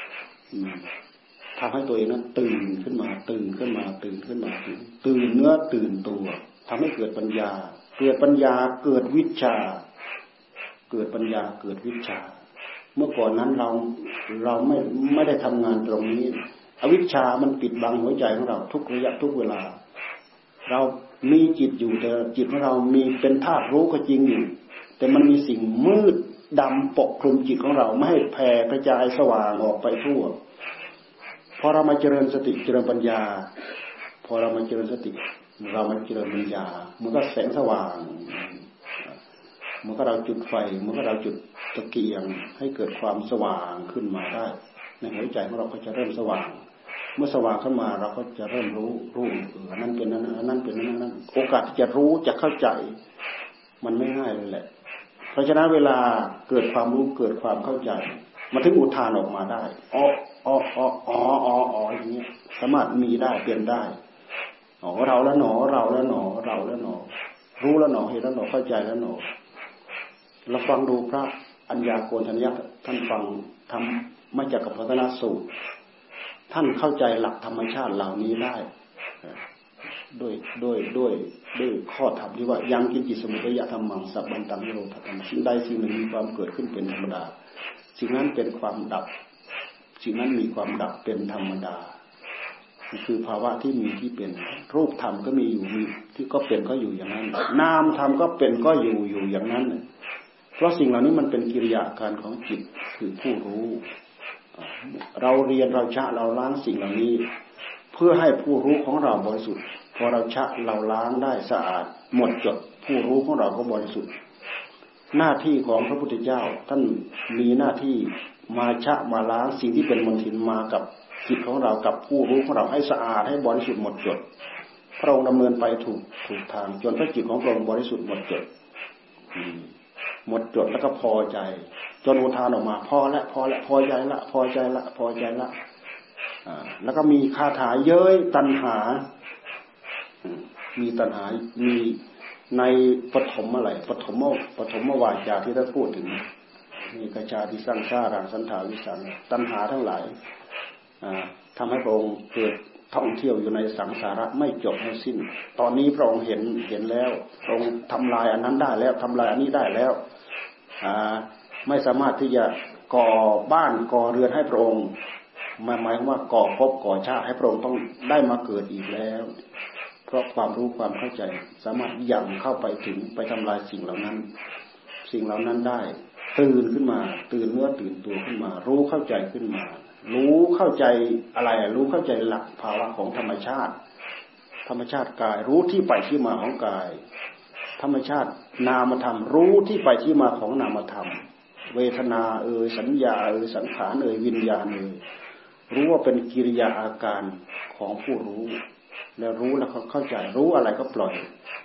ทำให้ตัวเองนั้นตื่นขึ้นมาตื่นขึ้นมาตื่นขึ้นมาตื่นเนื้อตื่นตัวทำให้เกิดปัญญาเกิดปัญญาเกิดวิชาเกิดปัญญาเกิดวิชาเมื่อก่อนนั้นเราเราไม่ไม่ได้ทำงานตรงนี้อวิชชามันปิดบังหัวใจของเราทุกระยะทุกเวลาเรามีจิตอยู่แต่จิตของเรามีเป็นธาตุรู้ก็จริงอยู่แต่มันมีสิ่งมืดดำปกคลุมจิตของเราไม่ให้แผ่กระจายสว่างออกไปทั่วพอเรามาเจริญสติเจริญปัญญาพอเรามาเจริญสติเรามาเจริญปัญญามันก็แสงสว่างมันก็เราจุดไฟมันก็เราจุดตะเกียงให้เกิดความสว่างขึ้นมาได้ในหัวใจของเราก็จะเริ่มสว่างเมื่อสว่างขึ้นมาเราก็จะเริ่มรู้รู้เออนั่นเป็นนั้นนั่นเป็นนั้นนั่นโอกาสที่จะรู้จะเข้าใจมันไม่ง่ายเลยแหละเพราะฉะนั้นเวลาเกิดความรู้เกิดความเข้าใจมาถึงอุทานออกมาได้อ๋ออ๋ออ๋ออ๋ออ๋ออ๋ออย่างนี้สามารถมีได้เปลี่ยนได้อ๋อเราแล้วหนอเราแล้วหนอเราแล้วหนอรู้แล้วหนอเห็นแล้วหนอเข้าใจแล้วหนอเราฟังดูพระอัญญาโกณทัญญะท่านฟังทำมาจากกัปปวัฏฏสูตรท่านเข้าใจหลักธรรมชาติเหล่านี้ได้ด้วยด้วยด้วยด้วยข้อธรรมที่ว่ายังกินจิตสมุทัยธรรมังสัพพันตังนิโรธธรรมสิ่งใดสิ่งหนึ่งมีความเกิดขึ้นเป็นธรรมดาสิ่งนั้นเป็นความดับสิ่งนั้นมีความดับเป็นธรรมดาคือภาวะที่มีที่เป็นรูปธรรมก็มีอยู่มีที่ก็เป็นก็อยู่อย่างนั้นนามธรรมก็เป็นก็อยู่อยู่อย่างนั้นเพราะสิ่งเหล่านี้มันเป็นกิริยาการของจิตคือผู้รู้เราเรียนเราชะเราล้างสิ่งเหล่านี้เพื่อให้ผู้รู้ของเราบริสุทธิ์พอเราชะเราล้างได้สะอาดหมดจดผู้รู้ของเราก็บริสุทธิ์หน้าที่ของพระพุทธเจ้าท่านมีหน้าที่มาชะมาล้างสิ่งที่เป็นมลทินมากับจิตของเรากับผู้รู้ของเราให้สะอาดให้บริสุทธิ์หมดจดพระองค์ดำเนินไปถูกถูกทางจนพระจิตของพระองค์บริสุทธิ์หมดจดหมดจดแล้วก็พอใจจนอุทานออกมาพอละพอละพอใจละพอใจละพอใจละแล้วก็มีคาถาเย้ยตัณหามีตัณหามีในปฐมอะไรปฐมปฐมวาจาที่ท่านพูดถึงมีกจาที่สร้างสร้างรังสันถาวิสังตัณหาทั้งหลายทำให้พระองค์เกิดท่องเที่ยวอยู่ในสังสาระไม่จบไม่สิ้นตอนนี้พระองค์เห็นเห็นแล้วพระองค์ทำลายอันนั้นได้แล้วทำลายอันนี้ได้แล้วไม่สามารถที่จะก่อบ้านก่อเรือนให้พระองค์หมายว่าก่อภพก่อชาติให้พระองค์ต้องได้มาเกิดอีกแล้วเพราะความรู้ความเข้าใจสามารถย่ำเข้าไปถึงไปทำลายสิ่งเหล่านั้นสิ่งเหล่านั้นได้ตื่นขึ้นมาตื่นเนื้อตื่นตัวขึ้นมารู้เข้าใจขึ้นมารู้เข้าใจอะไรรู้เข้าใจหลักภาวะของธรรมชาติธรรมชาติกายรู้ที่ไปที่มาของกายธรรมชาตินามธรรมรู้ที่ไปที่มาของนามธรรมเวทนาเอ่ยสัญญาเอ่ยสังขารเอ่ยวิญญาณเอ่ยรู้ว่าเป็นกิริยาอาการของผู้รู้แล้วรู้แล้วเขาเข้าใจรู้อะไรก็ปล่อย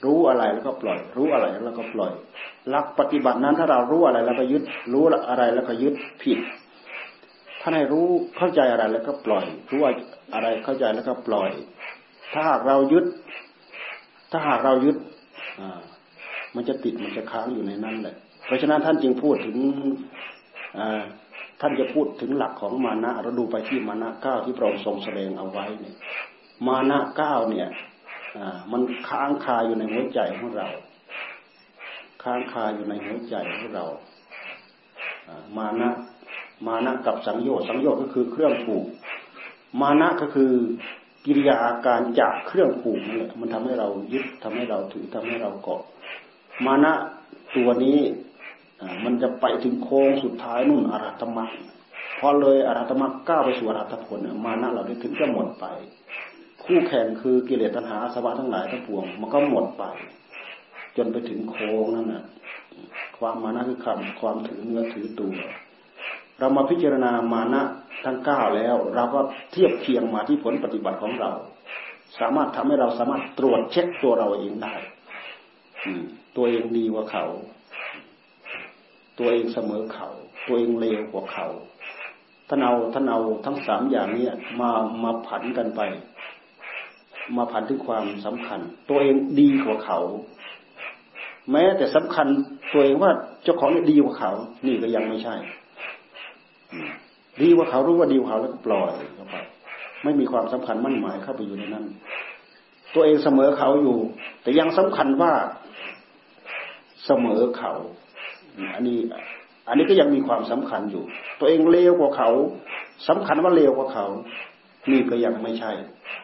รู้อะไรแล้วก็ปล่อยรู้อะไรแล้วก็ปล่อยหลักปฏิบัตินั้นถ้าเรารู้อะไรแล้วก็ยึดรู้อะไรแล้วก็ยึดผิดถ้าให้รู้เข้าใจอะไรแล้วก็ปล่อยรู้อะไรเข้าใจแล้วก็ปล่อยถ้าหากเรายึดถ้าหากเรายึดอ่ามันจะติดมันจะค้างอยู่ในนั้นแหละเพราะฉะนั้นท่านจึงพูดถึงอ่าท่านจะพูดถึงหลักของมานะเราดูไปที่มานะเก้าที่พระองค์ทรงแสดงเอาไว้เนี่ยมานะเก้าเนี่ยอ่ามันค้างคาอยู่ในหัวใจของเราค้างคาอยู่ในหัวใจของเราอ่ามานะมานะกับสังโยชน์สังโยชน์ก็คือเครื่องผูกมานะก็คือกิริยาอาการจากเครื่องผูกนี่แหละมันทำให้เรายึดทำให้เราถือทำให้เราเกาะมานะตัวนี้มันจะไปถึงโค้งสุดท้ายนู่นอรหัตมรรคพอเลยอรหัตมรรคก้าวไปสู่อรหัตผลมานะเราได้ถึงจะหมดไปคู่แข่งคือกิเลสตัณหาอาสวะทั้งหลายทั้งปวงมันก็หมดไปจนไปถึงโค้งนั่นน่ะความมานะคือคำความถือเนื้อถือตัวเรามาพิจารณามานะทั้งเก้าแล้วเราก็เทียบเคียงมาที่ผลปฏิบัติของเราสามารถทำให้เราสามารถตรวจเช็คตัวเราเองได้ตัวเองดีกว่าเขาตัวเองเสมอเขาตัวเองเลวกว่าเขาท่านเอาท่านเอาทั้งสามอย่างนี้มามาผันกันไปมาผันถึงความสำคัญตัวเองดีกว่าเขาแม้แต่สำคัญตัวเองว่าเจ้าของนี่ดีกว่าเขานี่ก็ยังไม่ใช่ดีกว่าเขารู้ว่าดีกว่าเขาแล้วก็ปล่อยเข้าไปไม่มีความสำคัญมั่นหมายเข้าไปอยู่ในนั้นตัวเองเสมอเขาอยู่แต่ยังสำคัญว่าเสมอเขาอันนี้อันนี้ก็ยังมีความสำคัญอยู่ตัวเองเลวกว่าเขาสำคัญว่าเลวกว่าเขานี่ก็ยังไม่ใช่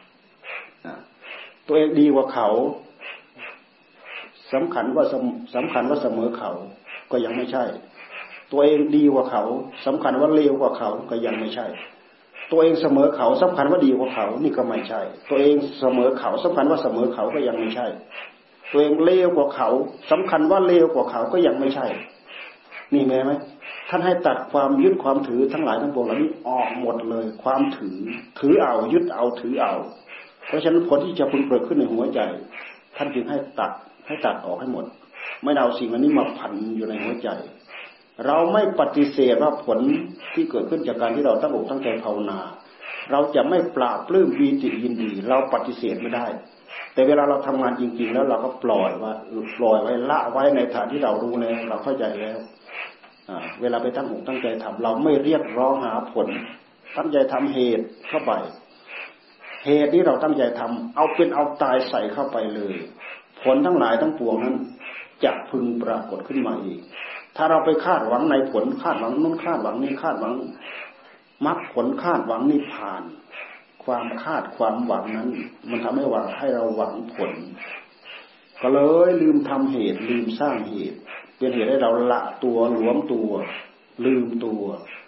ตัวเองดีกว่าเขาสำคัญว่าสำคัญว่าเสมอเขาก็ยังไม่ใช่ตัวเองดีกว่าเขาสำคัญว่าเลวกว่าเขาก็ยังไม่ใช่ตัวเองเสมอเขาสำคัญว่าดีกว่าเขานี่ก็ไม่ใช่ตัวเองเสมอเขาสำคัญว่าเสมอเขาก็ยังไม่ใช่ตัวเองเลวกว่าเขาสำคัญว่าเลวกว่าเขาก็ยังไม่ใช่นี่แม้ไหมท่านให้ตัดความยึดความถือทั้งหลายทั้งปวงเหล่านี้ออกหมดเลยความถือถือเอายึดเอาถือเอาเพราะฉะนั้นผลที่จะพึงเกิดขึ้นในหัวใจท่านจึงให้ตัดให้ตัดออกให้หมดไม่เอาสิ่งอันนี้มาพันอยู่ในหัวใจเราไม่ปฏิเสธว่าผลที่เกิดขึ้นจากการที่เราตั้งอกตั้งใจภาวนาเราจะไม่ปราบปลื้มปีติยินดีเราปฏิเสธไม่ได้แต่เวลาเราทำงานจริงๆแล้วเราก็ปล่อยว่าปล่อยไว้ละไว้ในฐานที่เรารู้แล้วเราเข้าใจแล้วเวลาไปตั้งอกตั้งใจทำเราไม่เรียกร้องหาผลตั้งใจทำเหตุเข้าไปเหตุที่เราตั้งใจทำเอาเป็นเอาตายใส่เข้าไปเลยผลทั้งหลายทั้งปวงนั้นจะพึงปรากฏขึ้นมาอีกถ้าเราไปคาดหวังในผลคาดหวังนู้นคาดหวังนี้คาดหวังมรรคผลคาดหวังนิพพานความคาดความหวังนั้นมันทำให้หวังให้เราหวังผลก็เลยลืมทำเหตุลืมสร้างเหตุเป็นเหตุให้เราละตัวหลวมตัวลืมตัว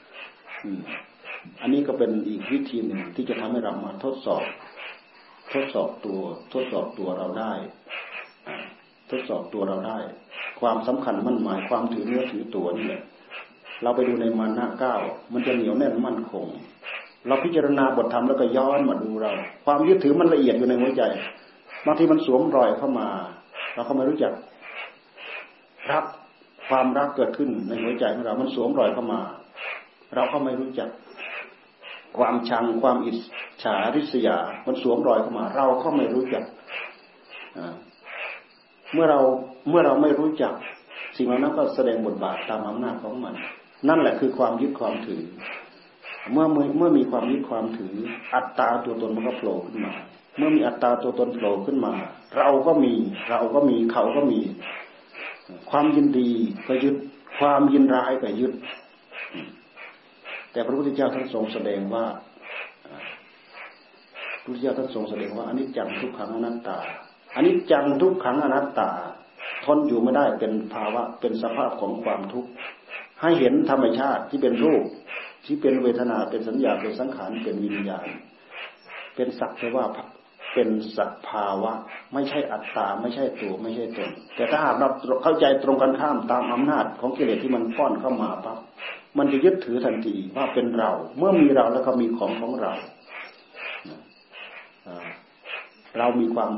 อันนี้ก็เป็นอีกวิธีหนึ่งที่จะทำให้เรามาทดสอบทดสอบตัวทดสอบตัวเราได้ทดสอบตัวเราได้ความสำคัญมั่นหมายความถือเนื้อถือตัวนี่แหละเราไปดูในมานะเก้ามันจะเหนียวแน่นมั่นคงเราพิจารณาบทธรรมแล้วก็ย้อนมาดูเราความยึดถือมันละเอียดอยู่ในหัวใจบางทีมันสวมรอยเข้ามาเราก็ไม่รู้จักรักความรักเกิดขึ้นในหัวใจของเรามันสวมรอยเข้ามาเราก็ไม่รู้จักความชังความอิจฉาริษยามันสวมรอยเข้ามาเราก็ไม่รู้จักเมื่อเราเมื่อเราไม่รู้จักสิ่งเหล่านั้นก็แสดงบทบาทตามอำนาจของมันนั่นแหละคือความยึดความถือเมื่อเมื่อมีความยึดความถืออัตตาตัวตนมันก็โผล่ขึ้นมาเมื่อมีอัตตาตัวตนโผล่ขึ้นมาเราก็มีเราก็มีเขาก็มีความยินดีก็ยึดความยินร้ายก็ยึดแต่พระพุทธเจ้าท่านทรงแสดงว่าพระพุทธเจ้าท่านทรงแสดงว่าอนิจจังทุกขังอนัตตาอนิจจังทุกขังอนัตตาทนอยู่ไม่ได้เป็นภาวะเป็นสภาพของความทุกข์ให้เห็นธรรมชาติที่เป็นรูปที่เป็นเวทนาเป็นสัญญาเป็นสังขารเป็นวิญญาณเป็นสักแต่ว่าเป็นสภาวะไม่ใช่อัตตาไม่ใช่ตัวไม่ใช่ตนแต่ถ้าหากเราเข้าใจตรงกันข้ามตามอำนาจของกิเลสที่มันป้อนเข้ามาปั๊บมันจะยึดถือทันทีว่าเป็นเราเมื่อมีเราแล้วก็มีของของเราเรามีความ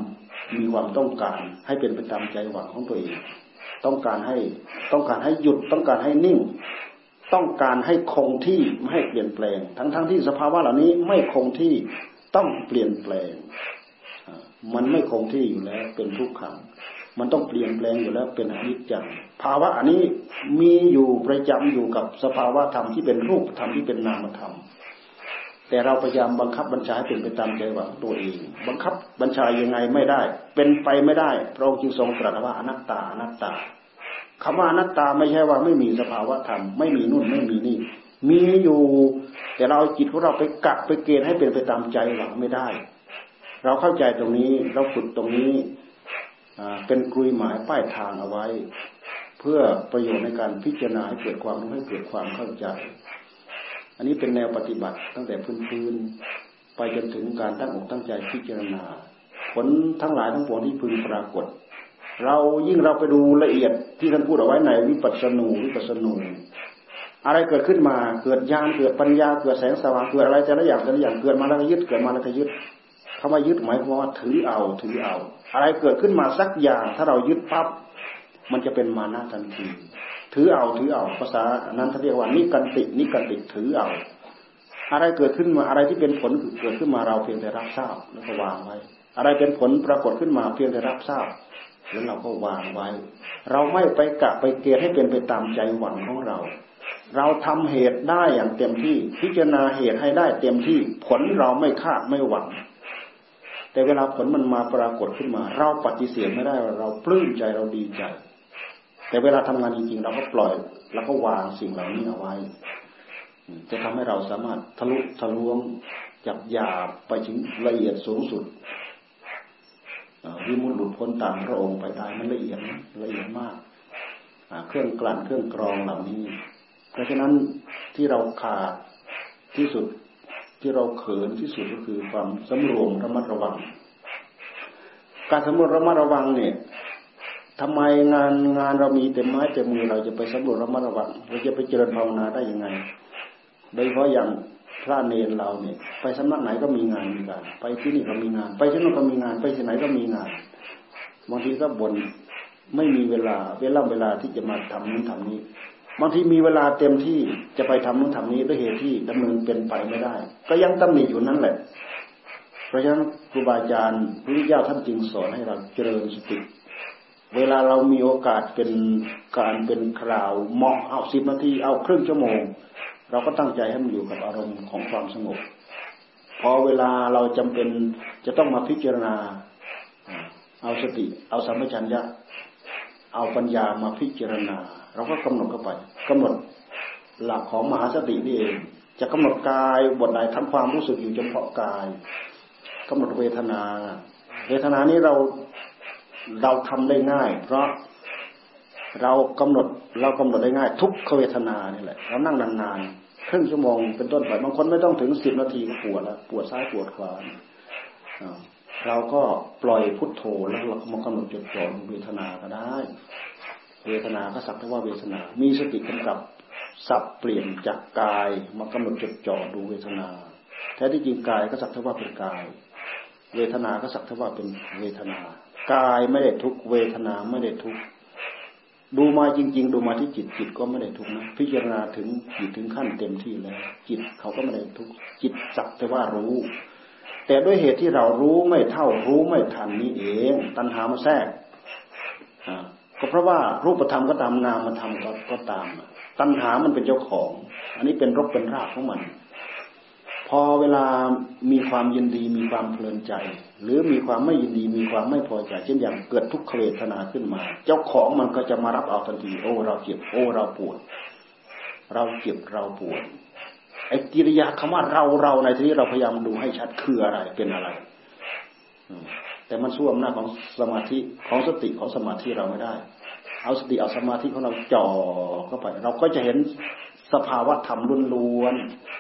มีความต้องการให้เป็นไปตามใจหวังของตัวเองต้องการให้ต้องการให้หยุดต้องการให้นิ่งต้องการให้คงที่ไม่ให้เปลี่ยนแปลงทั้งๆ ท, ที่สภาวะเหล่านี้ไม่คงที่ต้องเปลี่ยนแปลงมันไม่คงที่อยู่แล้วเป็นทุกขังมันต้องเปลี่ยนแปลงอยู่แล้วเป็นอนิจจังภาวะอันนี้มีอยู่ประจำอยู่กับสภาวะธรรมที่เป็นรูปธรรมที่เป็นนามธรรมแต่เราพยายามบังคับบัญชาให้เป็นไปตามใจหวังตัวเองบังคับบัญชายังไงไม่ได้เป็นไปไม่ได้พระองค์จึงทรงตรัสว่าอนัตตาอนัตตาคำว่าอนัตตาไม่ใช่ว่าไม่มีสภาวะธรรมไม่มีนู่นไม่มีนี่มีอยู่แต่เราจิตของเราไปกักไปเกณฑ์ให้เป็นไปตามใจหวังไม่ได้เราเข้าใจตรงนี้เราฝึกตรงนี้เป็นกลุยหมายป้ายทางเอาไว้เพื่อประโยชน์ในการพิจารณาให้เกิดความรู้ให้เกิดความเข้าใจอันนี้เป็นแนวปฏิบัติตั้งแต่พื้นๆไปจนถึงการตั้งอกตั้งใจพิจารณาผลทั้งหลายทั้งปวงที่พึงปรากฏเรายิ่งเราไปดูละเอียดที่ท่านพูดเอาไว้ในวิปัสสนูวิปัสสนูอะไรเกิดขึ้นมาเกิดญาณเกิดปัญญาเกิดแสงสว่างเกิดอะไรแต่ละอย่างแต่ละอย่างเกิดมาแล้วก็ยึดเกิดมาแล้วก็ยึดคำว่ายึดหมายความว่าถือเอาถือเอาอะไรเกิดขึ้นมาสักอย่างถ้าเรายึดปั๊บมันจะเป็นมานะทันทีถือเอาถือเอาภาษานั้นเขาเรียกว่านิกันตินิกันติถือเอาอะไรเกิดขึ้นมาอะไรที่เป็นผลเกิดขึ้นมาเราเพียงแต่รับทราบแล้วก็วางไว้อะไรเป็นผลปรากฏขึ้นมาเพียงแต่รับทราบแล้วเราก็วางไว้เราไม่ไปกะไปเกณฑ์ให้เป็นไปตามใจหวังของเราเราทำเหตุได้อย่างเต็มที่พิจารณาเหตุให้ได้เต็มที่ผลเราไม่คาดไม่หวังแต่เวลาผลมันมาปรากฏขึ้นมาเราปฏิเสธไม่ได้ว่าเราปลื้มใจเราดีใจแต่เวลาทำงานจริงๆเราก็ปล่อยแล้วก็วางสิ่งเหล่านี้เอาไว้จะทำให้เราสามารถทะลุทะลวงจับหยาบไปถึงละเอียดสูงสุดวิมุตติหลุดพ้นตามพระองค์ไปได้มันละเอียดละเอียดมากเครื่องกลั่นเครื่องกรองเหล่านี้เพราะฉะนั้นที่เราขาดที่สุดที่เราเขินที่สุดก็คือความสำรวมระมัดระวังการสำรวมระมัดระวังเนี่ยทำไมงานงานเรามีเต็มไม้เต็มมือเราจะไปสำรวมระมัดระวังเราจะไปเจริญภาวนาได้ยังไงโดยเฉพาะอย่างพระเนรเราเนี่ยไปสำนักไหนก็มีงานมีการไปที่นี่ก็มีงานไปที่นั่นก็มีงานไปที่ไหนก็มีงานบางทีก็บ่นไม่มีเวลาเวลาเวลาที่จะมาทำนู้นทำนี้บางทีมีเวลาเต็มที่จะไปทำนู้นทำนี้ด้วยเหตุที่ดำเนินเป็นไปไม่ได้ก็ยังตำหนิอยู่นั่นแหละเพราะฉะนั้นครูบาอาจารย์พระพุทธเจ้าท่านจึงสอนให้เราเจริญสติเวลาเรามีโอกาสเป็นการเป็นคราวเหมาะเอาสิบนาทีเอาครึ่งชั่วโมงเราก็ตั้งใจให้มันอยู่กับอารมณ์ของความสงบพอเวลาเราจำเป็นจะต้องมาพิจารณาเอาสติเอาสัมปชัญญะเอาปัญญามาพิจารณาเราก็กำหนดเข้าไปกำหนดหลักของมหาสตินี่เองจะกำหนดกายบทใดทำความรู้สึกอยู่เฉพาะกายกำหนดเวทนาเวทนานี้เราเราทำได้ง่ายเพราะเรากำหนดเรากำหนดได้ง่ายทุกขเวทนานี่แหละเรานั่งนานๆครึ่งชั่วโมงเป็นต้นไปบางคนไม่ต้องถึงสิบนาทีก็ปวดแล้วปวดซ้ายปวดขวาเราก็ปล่อยพุทโธแล้วเรามากำหนดจดจ่อเวทนาก็ได้เวทนาก็สักแต่ว่าเวทนามีสติกำกับสับเปลี่ยนจากกายมากำหนดจดจ่อดูเวทนาแท้ที่จริงกายก็สักแต่ว่าเป็นกายเวทนาก็สักแต่ว่าเป็นเวทนากายไม่ได้ทุกเวทนาไม่ได้ทุกดูมาจริงๆดูมาที่จิตจิตก็ไม่ได้ทุกนะพิจารณาถึงจิตถึงขั้นเต็มที่แล้วจิตเขาก็ไม่ได้ทุกจิตสักแต่ว่ารู้แต่ด้วยเหตุที่เรารู้ไม่เท่ารู้ไม่ทันนี้เองตัณหามาแทรกก็เพราะว่ารูปธรรมก็ตามนามธรรมก็ตามตัณหามันเป็นเจ้าของอันนี้เป็นรกเป็นรากของมันพอเวลามีความยินดีมีความเพลินใจหรือมีความไม่ยินดีมีความไม่พอใจเช่นอย่างเกิดทุกขเวทนาขึ้นมาเจ้าของมันก็จะมารับเอาทันทีโอ้เราเจ็บโอ้เราปวดเราเจ็บเราปวดไอ้กิริยาคำว่าเราเราในที่นี้เราพยายามดูให้ชัดคืออะไรเป็นอะไรแต่มันสู้อำนาจของสมาธิของสติของสมาธิเราไม่ได้เอาสติเอาสมาธิของเราจ่อเข้าไปเราก็จะเห็นสภาวะธรรมล้วน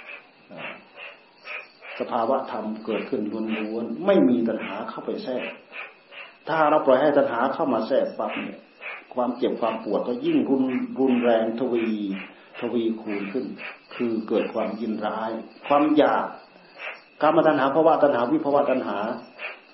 ๆสภาวะธรรมเกิดขึ้นล้วนๆไม่มีตัณหาเข้าไปแทรกถ้าเราปล่อยให้ตัณหาเข้ามาแทรกปั๊บเนี่ยความเจ็บความปวดก็ยิ่งรุนรุนแรงทวีทวีคูณขึ้นคือเกิดความยินร้ายความอยากกามตัณหาภวตัณหาวิภวตัณหา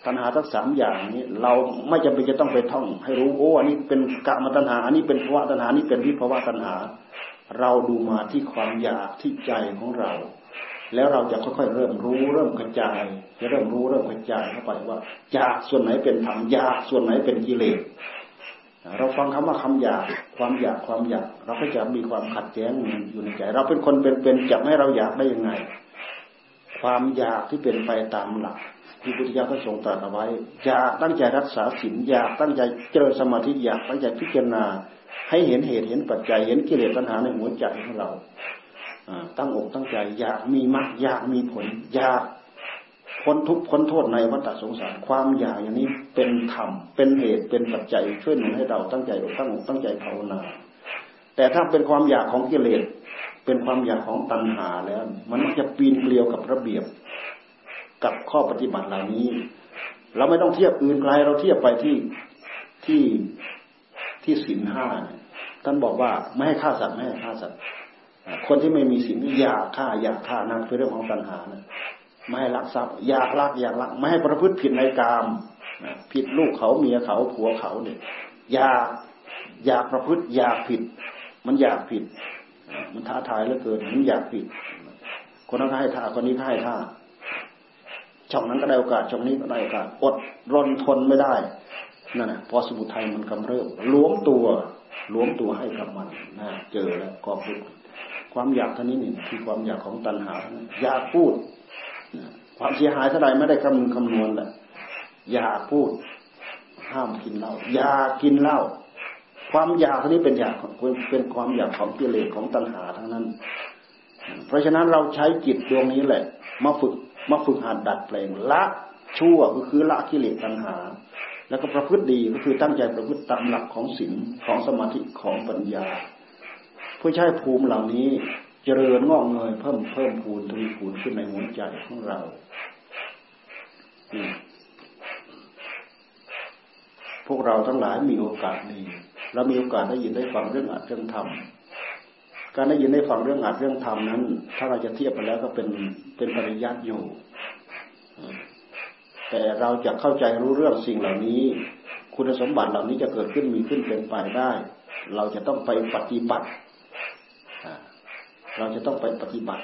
ตัณหาทั้งสามอย่างนี้เราไม่จำเป็นจะต้องไปท่องให้รู้โอ้อันนี้เป็นกามตัณหาอันนี้เป็นภวะตัณหานี่เป็นวิภวะตัณหาเราดูมาที่ความอยากที่ใจของเราแล้วเราจะค่อยๆเริ่มรู้เริ่มกระจายจะเริ่มรู้เริ่มกระจายเข้าไปว่าอยากส่วนไหนเป็นธรรมอยากส่วนไหนเป็นกิเลสเราฟังคำว่าคำอยากความอยากความอยากเราก็จะมีความขัดแย้งอยู่ในใจเราเป็นคนเป็นๆจะไม่ให้เราอยากได้ยังไงความอยากที่เป็นไปตามหลักที่พุทธเจ้าท่านทรงตรัสเอาไว้อยากตั้งใจรักษาศีลอยากตั้งใจเจริญสมาธิอยากตั้งใจพิจารณาให้เห็นเหตุเห็นปัจจัยเห็นกิเลสตัณหาในหัวใจของเราตั้งอกตั้งใจอยากมีมรรคอยากมีผลอยากพ้นทุกข์พ้นโทษในวัฏสงสารความอยากอย่างนี้เป็นธรรมเป็นเหตุเป็นปัจจัยช่วยหนุนให้เราตั้งใจตั้งอกตั้งใจภาวนาแต่ถ้าเป็นความอยากของกิเลสเป็นความอยากของตัณหาแล้วมันจะปีนเกลียวกับระเบียบกับข้อปฏิบัติเหล่านี้เราไม่ต้องเทียบอื่นไกลเราเทียบไปที่ที่ที่ศีลห้าท่านบอกว่าไม่ให้ฆ่าสัตว์ไม่ให้ฆ่าสัตว์คนที่ไม่มีศีลอยากฆ่าอยากฆ่านั่นเป็นเรื่องของตัณหานะไม่ให้ลักทรัพย์อยากลักอยากลักไม่ให้ประพฤติผิดในกามผิดลูกเขาเมียเขาผัวเขาเนี่ยอยากอยากประพฤติอยากผิดมันอยากผิดมันท้าทายเหลือเกินมันอยากผิดคนนั้นให้ท่าคนนี้ให้ท่าช่องนั้นก็ได้โอกาสช่องนี้ก็ได้โอกาสอดรนทนไม่ได้นั่นแหละพอสมุทัยมันกำเริบล้วมตัวล้วมตัวให้กับมันนะเจอแล้วก็พูดความอยากท่านี้นี่คือความอยากของตัณหาอยากพูดความเสียหายเท่าไรไม่ได้คำนึงคำนวณแหละอยากพูดห้ามกินเหล้าอยากกินเหล้าความอยากท่านี้เป็นอยากเป็นความอยากของกิเลสของตัณหาทั้งนั้นเพราะฉะนั้นเราใช้จิตดวงนี้แหละมาฝึกมาฝึกหัดดัดแปลงละชั่วก็คือละกิเลสตัณหาแล้วก็ประพฤติดีก็คือตั้งใจประพฤติตามหลักของศีลของสมาธิของปัญญาเพื่อใช้ภูมิเหล่านี้เจริญงอกเงยเพิ่มเพิ่มพูนทวีคูณขึ้นในหัวใจของเราพวกเราทั้งหลายมีโอกาสดีเรามีโอกาสได้ยินได้ฟังเรื่องอัดเรื่องธรรมการได้ยินได้ฟังเรื่องอัดเรื่องธรรมนั้นถ้าเราจะเทียบไปแล้วก็เป็นเป็นปริยัติอยู่แต่เราจะเข้าใจรู้เรื่องสิ่งเหล่านี้คุณสมบัติเหล่านี้จะเกิดขึ้นมีขึ้นเป็นไปได้เราจะต้องไปปฏิบัติเราจะต้องไปปฏิบัติ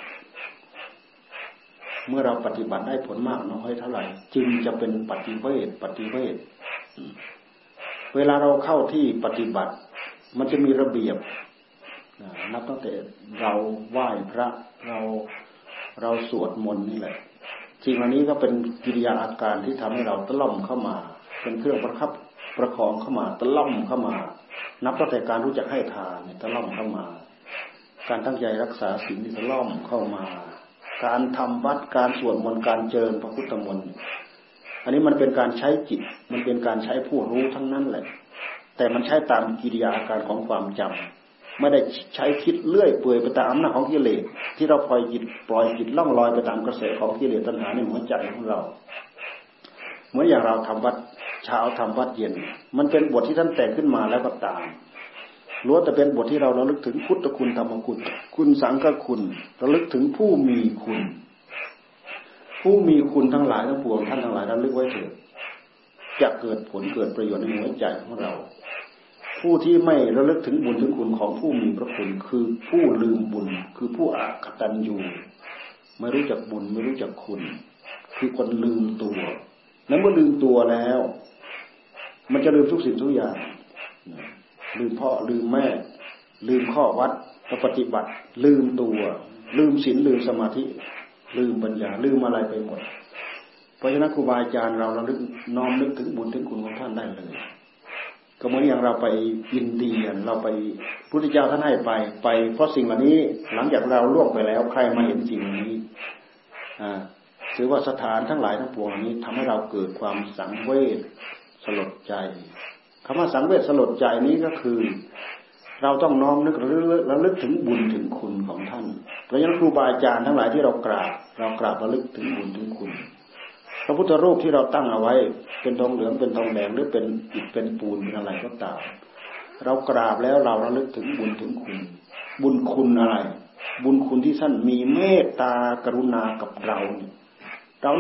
เมื่อเราปฏิบัติได้ผลมากน้อยเท่าไหร่จึงจะเป็นปฏิเวทปฏิเวทเวลาเราเข้าที่ปฏิบัติมันจะมีระเบียบนับตั้งแต่เราไหว้พระเราเราสวดมนต์นี่แหละสิ่งเหล่านี้ก็เป็นกิริยาอาการที่ทำให้เราตะล่อมเข้ามาเป็นเครื่องประคับประคองเข้ามาตะล่อมเข้ามานับตั้งแต่การรู้จักให้ทานตะล่อมเข้ามาการตั้งใจรักษาศีลตะล่อมเข้ามาการทำวัดการสวดมนต์การเจริญพระพุทธมนต์อันนี้มันเป็นการใช้จิตมันเป็นการใช้ผู้รู้ทั้งนั้นแหละแต่มันใช้ตามกิริยาอาการของความจำไม่ได้ใช้คิดเลื่อยเปื่อยไปตามอำนาจของกิเลสที่เราปล่อยจิตปล่อยจิตล่องลอยไปตามกระแสของกิเลสตัณหาในหัวใจของเราเหมือนอย่างเราทำวัดเช้าทำวัดเย็นมันเป็นบทที่ท่านแต่งขึ้นมาแล้วก็ตามล้วนแต่เป็นบทที่เราระลึกถึงพุทธคุณธรรมคุณคุณสังฆคุณระลึกถึงผู้มีคุณผู้มีคุณทั้งหลายทั้งปวงท่านทั้งหลายระลึกไว้เถิดจะเกิดผลเกิดประโยชน์ในหัวใจของเราผู้ที่ไม่ระลึกถึงบุญถึงคุณของผู้มีพระคุณคือผู้ลืมบุญคือผู้อกตัญญูไม่รู้จักบุญไม่รู้จักคุณคือคนลืมตัวแล้วเมื่อลืมตัวแล้วมันจะลืมทุกสิ่งทุกอย่างลืมพ่อลืมแม่ลืมข้อวัดปฏิบัติลืมตัวลืมศีลลืมสมาธิลืมปัญญาลืมอะไรไปหมดเพราะฉะนั้นครูบาอาจารย์เราระลึกน้อมนึกถึงบุญถึงคุณของท่านได้เลยก็เหมือนอย่างเราไปอินเดียเราไปพุทธเจ้าท่านให้ไปไปเพราะสิ่งเหล่านี้หลังจากเราล่วงไปแล้วใครมาเห็นสิ่งนี้อ่าถือว่าสถานทั้งหลายทั้งปวงนี้ทำให้เราเกิดความสังเวชสลดใจคำว่าสังเวชสลดใจนี้ก็คือเราต้องน้อมนึกระลึกถึงบุญถึงคุณของท่านเพราะฉะนั้นครูบาอาจารย์ทั้งหลายที่เรากราบเรากราบระลึกถึงบุญถึงคุณพระพุทธรูปที่เราตั้งเอาไว้เป็นทองเหลืองเป็นทองแดงหรือเป็นอิฐเป็นปูนเป็นอะไรก็ตามเรากราบแล้วเราระลึกถึงบุญถึงคุณบุญคุณอะไรบุญคุณที่ท่านมีเมตตากรุณากับเราเรานึก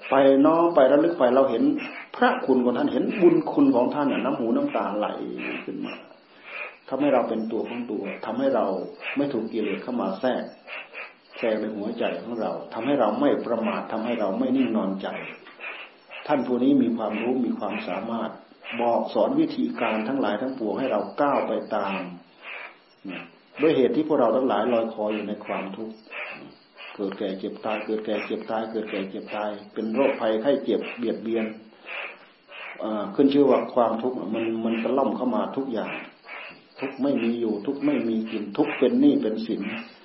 ไปน้อมไประลึกไปเราเห็นพระคุณของท่านเห็นบุญคุณของท่านน้ำหูน้ำตาไหลขึ้นมาทำให้เราเป็นตัวของตัวทำให้เราไม่ถูกกิเลสเข้ามาแทรกแทรกในหัวใจของเราทำให้เราไม่ประมาททำให้เราไม่นิ่งนอนใจท่านผู้นี้มีความรู้มีความสามารถบอกสอนวิธีการทั้งหลายทั้งปวงให้เราก้าวไปตามด้วยเหตุที่พวกเราทั้งหลายลอยคออยู่ในความทุกข์เกิดแก่เจ็บตายเกิดแก่เจ็บตายเกิดแก่เจ็บตายเป็นโรคภัยไข้เจ็บเบียดเบียนขึ้นชื่อว่าความทุกข์มันมันกระล่อมเข้ามาทุกอย่างทุกไม่มีอยู่ทุกไม่มีกินทุกเป็นหนี้เป็นสิน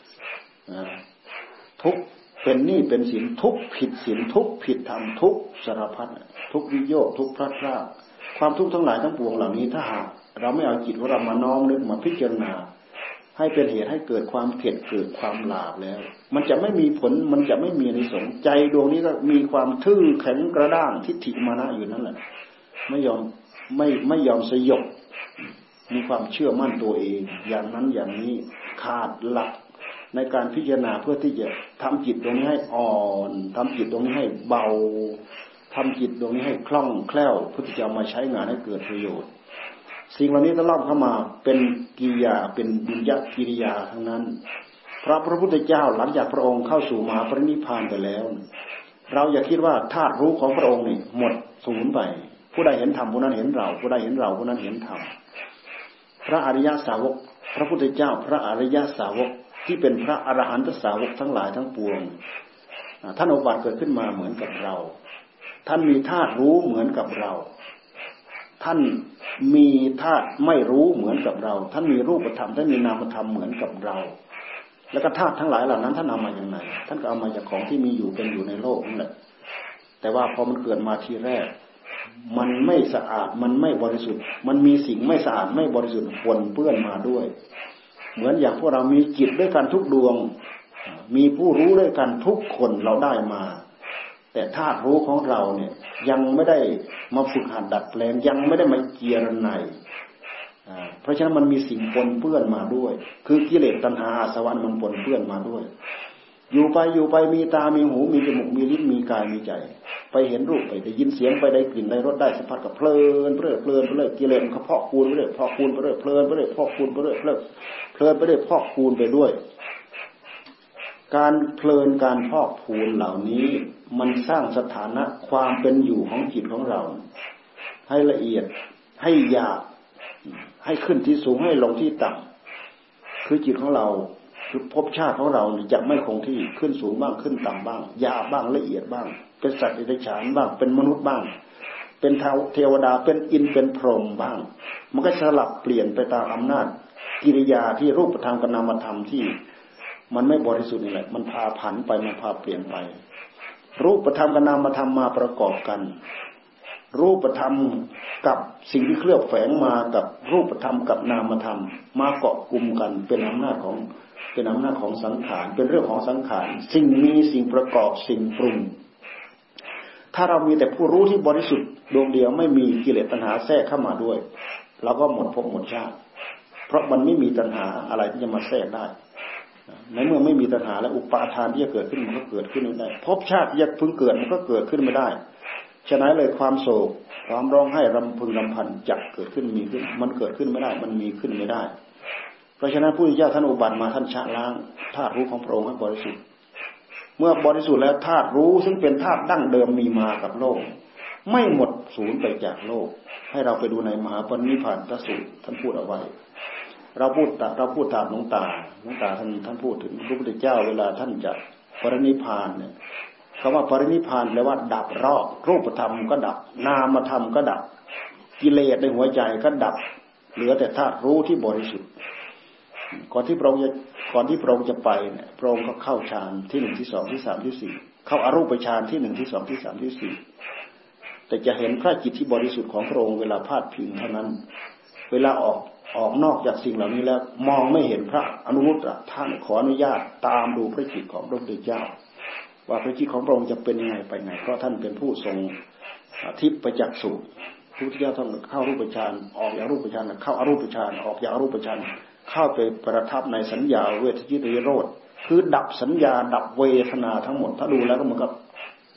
ทุกเป็นหนี้เป็นสินทุกผิดศีลทุกผิดธรรมทุกสารพัดทุกวิโยคทุกพลาดพลาดความทุกข์ทั้งหลายทั้งปวงเหล่านี้ถ้าหากเราไม่เอาจิตของเรามาน้อมนึกมาพิจารณาให้เป็นเหตุให้เกิดความเข็ดเกิดความหลาบแล้วมันจะไม่มีผลมันจะไม่มีอานิสงส์ใจดวงนี้ก็มีความทื่อแข็งกระด้างทิฏฐิมานะอยู่นั่นแหละไม่ยอมไม่ไม่ยอมสยบมีความเชื่อมั่นตัวเองอย่างนั้นอย่างนี้ขาดหลักในการพิจารณาเพื่อที่จะทำจิตตรงนี้ให้อ่อนทำจิตตรงนี้ให้เบาทำจิตตรงนี้ให้คล่องแคล่วเพื่อที่จะเอามาใช้งานให้เกิดประโยชน์สิ่งเหล่านี้ตล่อมเข้ามาเป็นกิริยาเป็นบุญญกิริยาทั้งนั้นพระพระพุทธเจ้าหลังจากพระองค์เข้าสู่มหาปรินิพพานไปแล้วเราอย่าคิดว่าธาตุรู้ของพระองค์นี่หมดสูญไปผู้ใดเห็นธรรมผู้นั้นเห็นเราผู้ใดเห็นเราผู้นั้นเห็นธรรมพระอริยสาวกพระพุทธเจ้าพระอริยสาวกที่เป็นพระอรหันตสาวกทั้งหลายทั้งปวงท่านอุบัติเกิดขึ้นมาเหมือนกับเราท่านมีธาตุรู้เหมือนกับเราท่านมีธาตุไม่รู้เหมือนกับเราท่านมีรูปธรรมท่านมีนามธรรมเหมือนกับเราแล้วก็ธาตุทั้งหลายเหล่านั้นท่านเอามาอย่างไรท่านก็เอามาจากของที่มีอยู่เป็นอยู่ในโลกนั่นแหละแต่ว่าพอมันเกิดมาทีแรกมันไม่สะอาดมันไม่บริสุทธิ์มันมีสิ่งไม่สะอาดไม่บริสุทธิ์ปนเปื้อนมาด้วยเหมือนอย่างพวกเรามีจิตด้วยกันทุกดวงมีผู้รู้ด้วยกันทุกคนเราได้มาแต่ธาตุรู้ของเราเนี่ยยังไม่ได้มาฝึกหัดดัดแปลงยังไม่ได้มาเจียรไนเพราะฉะนั้นมันมีสิ่งปนเปื้อนมาด้วยคือกิเลสตัณหาอาสวะมันปนเปื้อนมาด้วยอยู่ไปอยู่ไปมีตามีหูมีจมูกมีลิ้นมีกายมีใจไปเห็นรูปไปได้ยินเสียงไปได้กลิ่นได้รสได้สัมผัสกับเพลินเพลินเพลินเพลินกิเลสมันก็พอกคูณไปเรื่อยพอกคูณไปเรื่อยเพลินไปเรื่อยพอกคูณไปเรื่อยเพลินเพลินไปเรื่อยพอกคูณไปด้วยการเพลินการพอกพูนเหล่านี้มันสร้างสถานะความเป็นอยู่ของจิตของเราให้ละเอียดให้หยาบให้ขึ้นที่สูงให้ลงที่ต่ำคือจิตของเราคือภพชาติของเราจะไม่คงที่ขึ้นสูงบ้างขึ้นต่ำบ้างหยาบบ้างละเอียดบ้างเป็นสัตว์เดรัจฉานบ้างเป็นมนุษย์บ้างเป็นเทวดาเป็นอินเป็นพรหมบ้างมันก็สลับเปลี่ยนไปตามอำนาจกิริยาที่รูปธรรมกับนามธรรมที่มันไม่บริสุทธิ์นี่แหละมันพาผันไปมันพาเปลี่ยนไปรูปธรรมกับนามธรรมมาประกอบกันรูปธรรมกับสิ่งที่เคลือบแฝงมากับรูปธรรมกับนามธรรมมาเกาะกลุ่มกันเป็นอำนาจของเป็นอำนาจของสังขารเป็นเรื่องของสังขารสิ่งมีสิ่งประกอบสิ่งปรุงถ้าเรามีแต่ผู้รู้ที่บริสุทธิ์ดวงเดียวไม่มีกิเลสตัณหาแทรกเข้ามาด้วยเราก็หมดภพหมดชาติเพราะมันไม่มีตัณหาอะไรที่จะมาแทรกได้ในเมื่อไม่มีตัณหาและอุปาทานที่จะเกิดขึ้นมันก็เกิดขึ้นไม่ได้ภพชาติที่จะพึงเกิดมันก็เกิดขึ้นไม่ได้ฉะนั้นเลยความโศกความร้องไห้รำพึงรำพันจะเกิดขึ้นมีขึ้นมันเกิดขึ้นไม่ได้มันมีขึ้นไม่ได้เพราะฉะนั้นผู้ที่เจ้าท่านอุบัติมาท่านชะล้างธาตุรู้ของพระองค์ให้บริสุทธิ์เมื่อบริสุทธิ์แล้วธาตุรู้ซึ่งเป็นธาตุดั้งเดิมมีมากับโลกไม่หมดสูญไปจากโลกให้เราไปดูในมหาปรินิพพานสูตรท่านพูดเอาไว้เราพูดเราพูดตามหลวงตาหลวงตาท่านท่านพูดถึงพระพุทธเจ้าเวลาท่านจะปรินิพพานเนี่ยคำว่าปรินิพพานแปลว่าดับรอบรูปธรรมก็ดับนามธรรมก็ดับกิเลสในหัวใจก็ดับเหลือแต่ธาตุรู้ที่บริสุทธิ์ก่อนที่พระองค์จะก่อนที่พระองค์จะไปเนี่ยพระองค์ก็เข้าฌานที่หนึ่งที่สองที่สามที่สี่เข้าอรูปฌานที่หนึ่งที่สองที่สามที่สี่แต่จะเห็นพระจิตที่บริสุทธิ์ของพระองค์เวลาพาดพิงเท่านั้นเวลาออกออกนอกจากสิ่งเหล่านี้แล้วมองไม่เห็นพระอนุรุตตรท่านขออนุญาตตามดูพระจิตของพระพุทธเจ้าว่าพระจิตของพระองค์จะเป็นยังไงไปไงเพราะท่านเป็นผู้ทรงทิพย์ประจักษ์สูตรพระพุทธเจ้าต้องเข้ารูปฌานออกจากรูปฌานเข้าอรูปฌานออกจากอรูปฌานเข้าไปประทับในสัญญาเวทจิตนิโรธคือดับสัญญาดับเวทนาทั้งหมดถ้าดูแล้วก็มันก็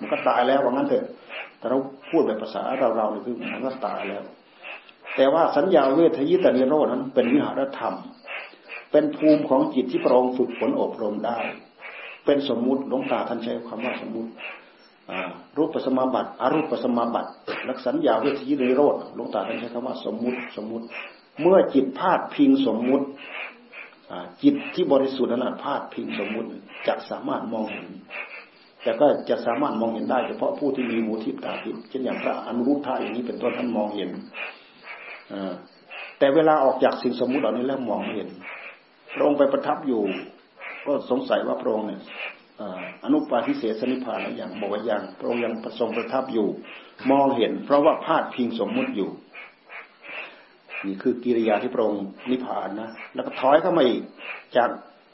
มันก็ตายแล้วว่างั้นเถอะแต่เราพูดแบบภาษาเราเราเนี่ยคือมันก็ตายแล้วแต่ว่าสัญญาเวทยิตานิโรธนั้นเป็นวิหารธรรมเป็นภูมิของจิตที่พระองค์ฝึกฝนอบรมได้เป็นสมมุติหลวงตาท่านใช้คำว่าสมมุติรูปสมาบัติอรูปสมาบัติและสัญญาเวทยิตานิโรธหลวงตาท่านใช้คำว่าสมมุติสมมุติเมื่อจิตพาดพิงสมมุติจิตที่บริสุทธิ์นั้นพาดพิงสมมุติจะสามารถมองเห็นแต่ก็จะสามารถมองเห็นได้เฉพาะผู้ที่มีหูทิพตาทิพเช่นอย่างพระอนุรุทธะอย่างนี้เป็นต้นท่านมองเห็นแต่เวลาออกจากสิ่งสมมุติเหล่านี้แล้วมองไม่เห็นพระองค์ไปประทับอยู่ก็สงสัยว่าพระองค์เนี่ยอนุปาทิเสสนิพพานอย่างบอกว่าอย่างพระองค์ยังประทรงประทับอยู่มองเห็นเพราะว่าพาดพิงสมมุติอยู่นี่คือกิริยาที่พระองค์นิพพานนะแล้วก็ถอยเข้ามาอีกจาก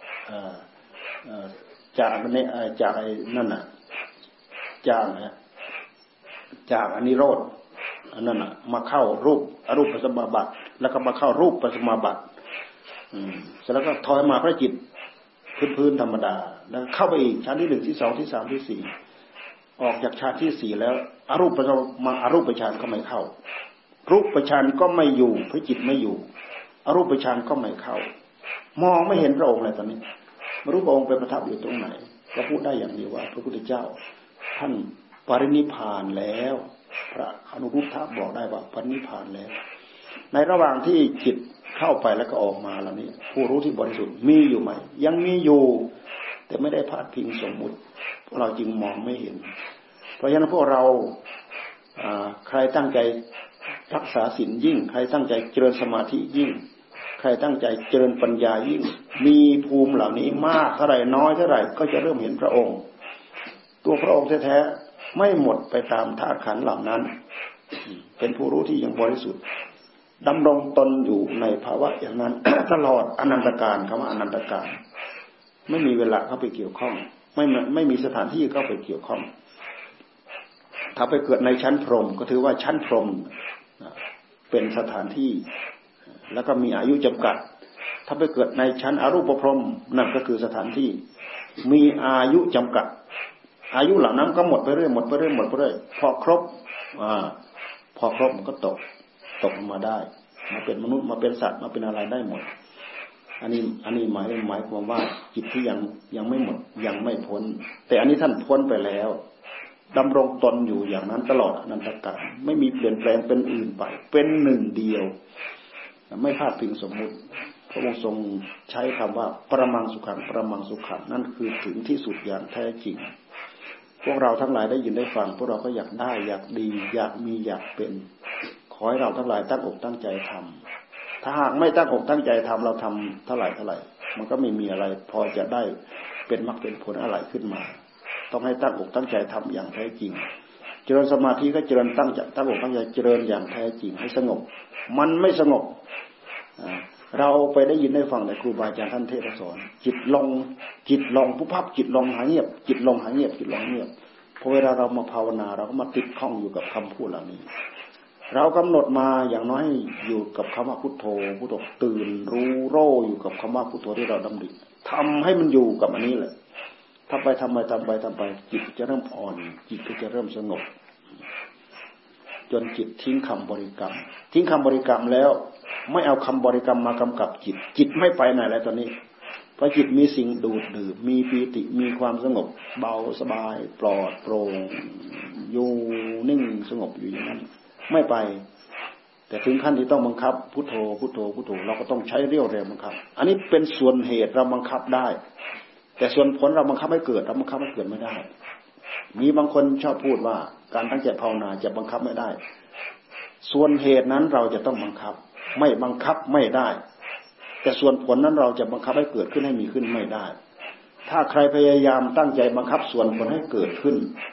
จากในจากไอ้นั่นน่ะจากจากอนิโรธอันนั้นน่ะมาเข้ารูปอรูปปัสมาบัติแล้วก็มาเข้ารูปปัสมาบัติอืมเสร็จแล้วก็ถอยมาพระจิตพื้นๆธรรมดาแล้วเข้าไปอีกชั้นที่หนึ่งที่สองที่สามที่สี่ออกจากชั้นที่สี่แล้วอรูปปัสมาอรูปฌานก็ไม่เข้ารูปฌานก็ไม่อยู่พระจิตไม่อยู่อรูปฌานก็ไม่เข้ามองไม่เห็นพระองค์เลยตอนนี้ไม่รู้พระองค์ไปประทับอยู่ตรงไหนก็พูดได้อย่างเดียวว่าพระพุทธเจ้าท่านปรินิพพานแล้วพระอนุรุทธะบอกได้ว่าปรินิพพานแล้วในระหว่างที่จิตเข้าไปแล้วก็ออกมาแล้วนี้ผู้รู้ที่บริสุทธิ์มีอยู่ไหมยังมีอยู่แต่ไม่ได้พาดพิงสมมุติพวกเราจึงมองไม่เห็นเพราะฉะนั้นพวกเราใครตั้งใจรักษาศีลยิ่งใครตั้งใจเจริญสมาธิยิ่งใครตั้งใจเจริญปัญญายิ่งมีภูมิเหล่านี้มากเท่าไหร่น้อยเท่าไหร่ก็จะเริ่มเห็นพระองค์ตัวพระองค์แท้ๆไม่หมดไปตามธาตุขันธ์เหล่านั้นเป็นผู้รู้ที่ยังบริสุทธิ์ดำรงตนอยู่ในภาวะอย่างนั้น ตลอดอนันตกาลคำว่าอนันตกาลไม่มีเวลาเข้าไปเกี่ยวข้องไม่ไม่มีสถานที่เข้าไปเกี่ยวข้องถ้าไปเกิดในชั้นพรหมก็ถือว่าชั้นพรหมเป็นสถานที่แล้วก็มีอายุจำกัดถ้าไปเกิดในชั้นอรูปพรหมนั่นก็คือสถานที่มีอายุจำกัดอายุเหล่านั้นก็หมดไปเรื่อยหมดไปเรื่อยหมดไปเรื่อยพอครบอ่าพอครบมันก็ตกตกมาได้มาเป็นมนุษย์มาเป็นสัตว์มาเป็นอะไรได้หมดอันนี้อันนี้หมายหมายความว่าจิตที่ยังยังไม่หมดยังไม่พ้นแต่อันนี้ท่านพ้นไปแล้วดำรงตนอยู่อย่างนั้นตลอดอนันตกาลไม่มีเปลี่ยนแปลงเป็นอื่นไปเป็นหนึ่งเดียวไม่พลาดพิงสมมุติพระองค์ทรงใช้คำว่าปรมังสุขังปรมังสุขังนั่นคือถึงที่สุดอย่างแท้จริงพวกเราทั้งหลายได้ยินได้ฟังพวกเราก็อยากได้อยากดีอยากมีอยากเป็นขอให้เราทั้งหลายตั้งอกตั้งใจทำถ้าหากไม่ตั้งอกตั้งใจทำเราทำเท่าไหร่เท่าไหร่มันก็ไม่มีอะไรพอจะได้เป็นมรรคเป็นผลอะไรขึ้นมาต้องให้ตั้งอกตั้งใจทำอย่างแท้จริงเจริญสมาธิก็เจริญตั้งใจตั้งอกตั้งใจเจริญอย่างแท้จริงให้สงบมันไม่สงบเราไปได้ยินได้ฟังแต่ครูบาอาจารย์ท่านเทศสอนจิตลงจิตลงผู้พับจิตลงหายเงียบจิตลงหายเงียบจิตลงเงียบพอเวลาเรามาภาวนาเราก็มาติดข้องอยู่กับคำพูดเหล่านี้เรากำหนดมาอย่างน้อยอยู่กับคำว่าพุทโธพุทโธตื่นรู้โร่อยู่กับคำว่าพุทโธที่เราดำริทำให้มันอยู่กับอันนี้แหละถ้าไปทำไปทำไปทำไปจิตจะเริ่มอ่อนจิตก็จะเริ่มสงบจนจิตทิ้งคำบริกรรมทิ้งคำบริกรรมแล้วไม่เอาคำบริกรรมมากำกับจิตจิตไม่ไปไหนแล้วตอนนี้เพราะจิตมีสิ่งดูดดื่มมีปีติมีความสงบเบาสบายปลอดโปร่งอยู่นิ่งสงบอยู่อย่างนั้นไม่ไปแต่ถึงขั้นที่ต้องบังคับพุทโธพุทโธพุทโธเราก็ต้องใช้เรี่ยวแรงบังคับอันนี้เป็นส่วนเหตุเราบังคับได้แต่ส่วนผลเราบังคับให้เกิดเราบังคับให้เกิดไม่ได้มีบางคนชอบพูดว่าการตั้งใจภาวนาจะบังคับไม่ได้ส่วนเหตุนั้นเราจะต้องบังคับไม่บังคับไม่ได้แต่ส่วนผลนั้นเราจะบังคับให้เกิดขึ้นให้มีขึ้นไม่ได้ถ้าใครพยายามตั้งใจบังคับส่วนผลให้เกิดขึ้น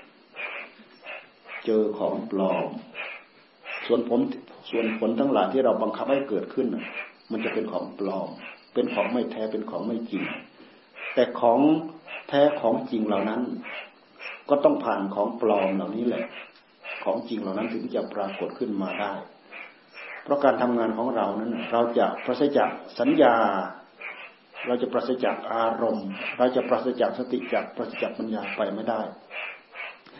เจอของปลอมส่วนผลส่วนผลทั้งหลายที่เราบังคับให้เกิดขึ้นมันจะเป็นของปลอมเป็นของไม่แท้เป็นของไม่จริงแต่ของแท้ของจริงเหล่านั้นก็ต้องผ่านของปลอมเหล่านี้แหละของจริงเหล่านั้นถึงจะปรากฏขึ้นมาได้เพราะการทำงานของเรานั้นเราจะปราศจากสัญญาเราจะปราศจากอารมณ์เราจะปราศจากสติจากปราศจากปัญญาไปไม่ได้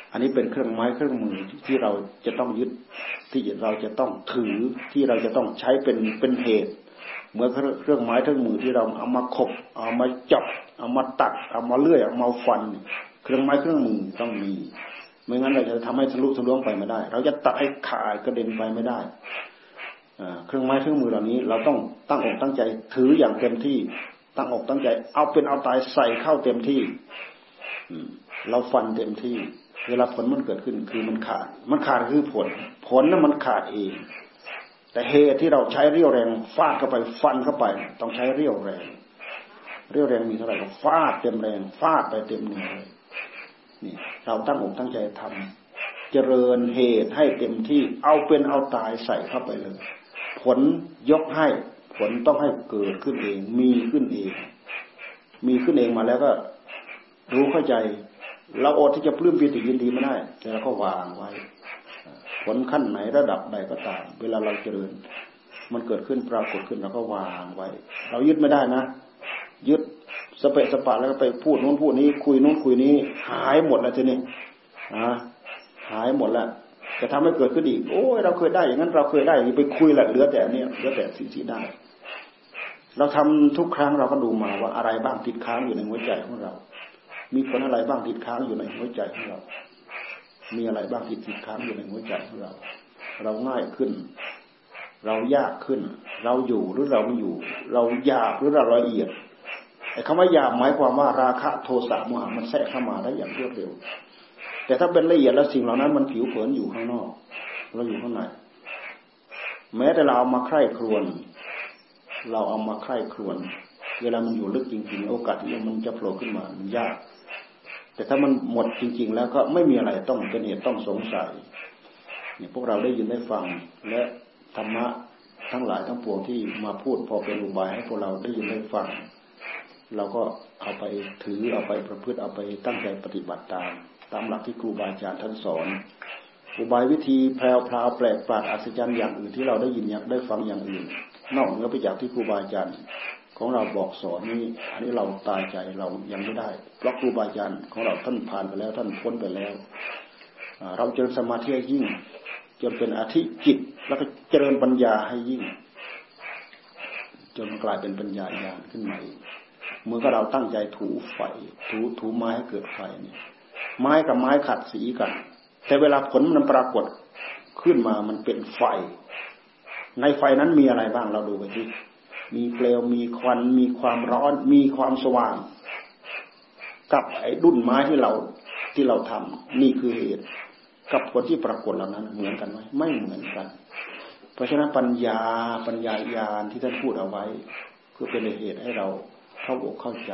อันนี้เป็นเครื่องไม้เครื่องมือที่เราจะต้องยึดที่เราจะต้องถือที่เราจะต้องใช้เป็นเป็นเหตุเหมือนเครื่องไม้เครื่องมือที่เราเอามาขบเอามาจับเอามาตัดเอามาเลื่อยเอามาฟันเครื่องไม้เครื่องมือต้องมีไม่งั้นเราจะทำให้ทะลุทะลวงไปไม่ได้เราจะตัดให้ขาดกระเด็นไปไม่ได้เครื่องไม้เครื่องมือเหล่านี้เราต้องตั้งอกตั้งใจถืออย่างเต็มที่ตั้งอกตั้งใจเอาเป็นเอาตายใส่เข้าเต็มที่เราฟันเต็มที่เวลาผลมันเกิดขึ้นคือมันขาดมันขาดคือผลผลนั้นมันขาดเองแต่เหตุที่เราใช้เรี่ยวแรงฟาดเข้าไปฟันเข้าไปต้องใช้เรี่ยวแรงเรี่ยวแรงมีเท่าไหร่ก็ฟาดเต็มแรงฟาดไปเต็มเหนี่อยนี่เราตั้งอกตั้งใจทำเจริญเหตุให้เต็มที่เอาเป็นเอาตายใส่เข้าไปเลยผลยกให้ผลต้องให้เกิดขึ้นเองมีขึ้นเองมีขึ้นเองมาแล้วก็รู้เข้าใจเราอดที่จะปลื้มปีติยินดีไม่ได้แต่เราก็วางไว้ผลขั้นไหนระดับใดก็ตามเวลาเราเจริญมันเกิดขึ้นปรากฏขึ้นเราก็วางไว้เรายึดไม่ได้นะยึดสเปะสปะแล้วก็ไปพูดโน้นพูดนี้คุยโน้นคุยนี้หายหมดแล้วทีนี้อ่าหายหมดแล้วจะทำให้เกิดขึ้นอีกโอ้ยเราเคยได้อย่างนั้นเราเคยได้อย่างนี้ไปคุยแหละเหลือแต่เนี่ยเหลือแต่สิ่งที่ได้เราทำทุกครั้งเราก็ดูมาว่าอะไรบ้างติดค้างอยู่ในหัวใจของเรามีผลอะไรบ้างติดค้างอยู่ในหัวใจของเรามีอะไรบ้างที่ติดค้างอยู่ในหัวใจของเราเราง่ายขึ้นเรายากขึ้นเราอยู่หรือเราไม่อยู่เราหยาบหรือเราละเอียดไอ้คำว่าหยาบหมายความว่าราคะโทสะโมหะมันแทรกเข้ามาได้อย่างรวดเร็วแต่ถ้าเป็นละเอียดแล้วสิ่งเหล่านั้นมันผิวเผินอยู่ข้างนอกเราอยู่ข้างในแม้แต่เราเอามาใคร่ครวญเราเอามาใคร่ครวญเวลามันอยู่ลึกจริงๆโอกาสที่มันจะโผล่ขึ้นมามันยากแต่ถ้ามันหมดจริงๆแล้วก็ไม่มีอะไรต้องเป็นเหตุต้องสงสัยเนี่ยพวกเราได้ยินได้ฟังและธรรมะทั้งหลายทั้งปวงที่มาพูดพอเป็นอุบายให้พวกเราได้ยินได้ฟังเราก็เอาไปถือเอาไปประพฤติเอาไปตั้งใจปฏิบัติตามตามหลักที่ครูบาอาจารย์ท่านสอนอุบายวิธีแพรวพราวแปลกประหลาดอัศจรรย์อย่างอื่นที่เราได้ยินอยากได้ฟังอย่างอื่นนอกเหนือไปจากที่ครูบาอาจารย์ของเราบอกสอนนี้อันนี้เราตายใจเรายังไม่ได้เพราะครูบาอาจารย์ของเราท่านผ่านไปแล้วท่านพ้นไปแล้วเราเจริญสมาธิให้ยิ่งจนเป็นอธิจิตแล้วก็เจริญปัญญาให้ยิ่งจนกลายเป็นปัญญาญาณขึ้นมาเมื่อเราตั้งใจถูไฟถูถูไม้ให้เกิดไฟเนี่ยไม้กับไม้ขัดสีกันแต่เวลาผลมันปรากฏขึ้นมามันเป็นไฟในไฟนั้นมีอะไรบ้างเราดูไปดิมีเปลวมีควันมีความร้อนมีความสว่างกับไอ้ดุ้นไม้ที่เราที่เราทำนี่คือเหตุกับผลที่ปรากฏเหล่านั้นเหมือนกันไหมไม่เหมือนกันเพราะฉะนั้นปัญญาปัญญาญาณที่ท่านพูดเอาไว้คือเป็นเหตุให้เราเข้าอกเข้าใจ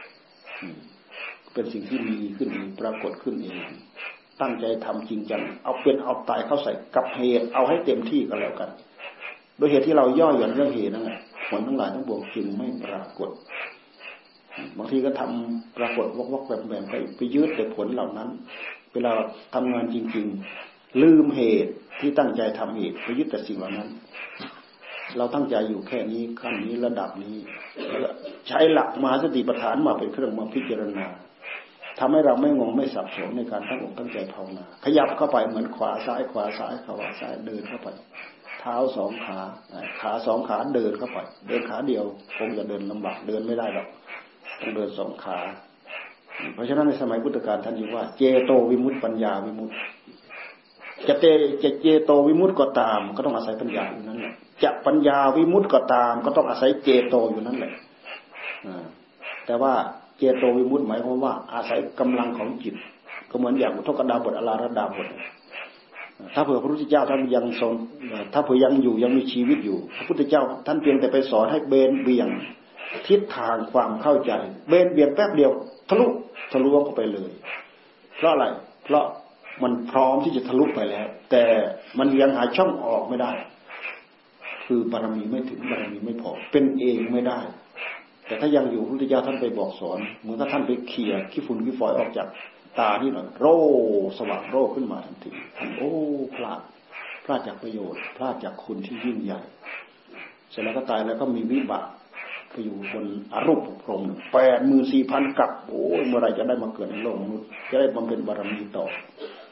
เป็นสิ่งที่มีขึ้นเองปรากฏขึ้นเองตั้งใจทำจริงจังเอาเป็นเอาตายเข้าใส่กับเหตุเอาให้เต็มที่ก็แล้วกันโดยเหตุที่เราย่อหย่อนเรื่องเหตุนั่นแหละผลทั้งหลายทั้งปวงจึงไม่ปรากฏบางทีก็ทำปรากฏวอกๆแบบๆไปไปยึดแต่ผลเหล่านั้นเวลาทำงานจริงๆลืมเหตุที่ตั้งใจทำเหตุไปยึดแต่สิ่งเหล่านั้นเราตั้งใจอยู่แค่นี้ขั้นนี้ระดับนี้ใช้หลักมหาสติปัฏฐานมาเป็นเครื่องมาพิจารณาทำให้เราไม่งงไม่สับสนในการตั้งอกตั้งใจภาวนาขยับเข้าไปเหมือนขวาซ้ายขวาซ้ายขวาซ้ายเดินเข้าไปเท้าสองขาขาสองขาเดินเข้าไปเดินขาเดียวคงจะเดินลำบากเดินไม่ได้หรอกต้องเดินสองขาเพราะฉะนั้นในสมัยพุทธกาลท่านบอกว่าเจโตวิมุตติปัญญาวิมุตติจะเตจะเจโตวิมุตติก็ตามก็ต้องอาศัยปัญญาอยู่นั่นแหละจะปัญญาวิมุตติก็ตามก็ต้องอาศัยเจโตอยู่นั่นแหละแต่ว่าเจโตวิมุตติหมายความว่าอาศัยกำลังของจิตก็เหมือนอย่างอุทกดาบทอลาระดาบทถ้าเผื่อพระพุทธเจ้าท่านยังทรงถ้าเผื่อยังอยู่ยังมีชีวิตอยู่พระพุทธเจ้าท่านเพียงแต่ไปสอนให้เบนเบี่ยงทิศทางความเข้าใจเบนเบี่ยงแป๊บเดียวทะลุทะลวงเข้าไปเลยเพราะอะไรเพราะมันพร้อมที่จะทะลุไปแล้วแต่มันยังหาช่องออกไม่ได้คือบารมีไม่ถึงบารมีไม่พอเป็นเองไม่ได้แต่ถ้ายังอยู่พระพุทธเจ้าท่านไปบอกสอนเหมือนถ้าท่านไปเขี่ยขี้ฝุ่นขี้ฝอยออกจากตานี่หน่อยโร่สว่างโร่ขึ้นมาทันทีโอ้พลาดพลาดจากประโยชน์พลาดจากคุณที่ยิ่งใหญ่เสร็จแล้วก็ตายแล้วก็มีวิบากไปอยู่บนอรูปพรหมแปดหมื่นสี่พันกับโอ้ยเมื่อไรจะได้มาเกิดในโลกมนุษย์จะได้บำเพ็ญบารมีต่อ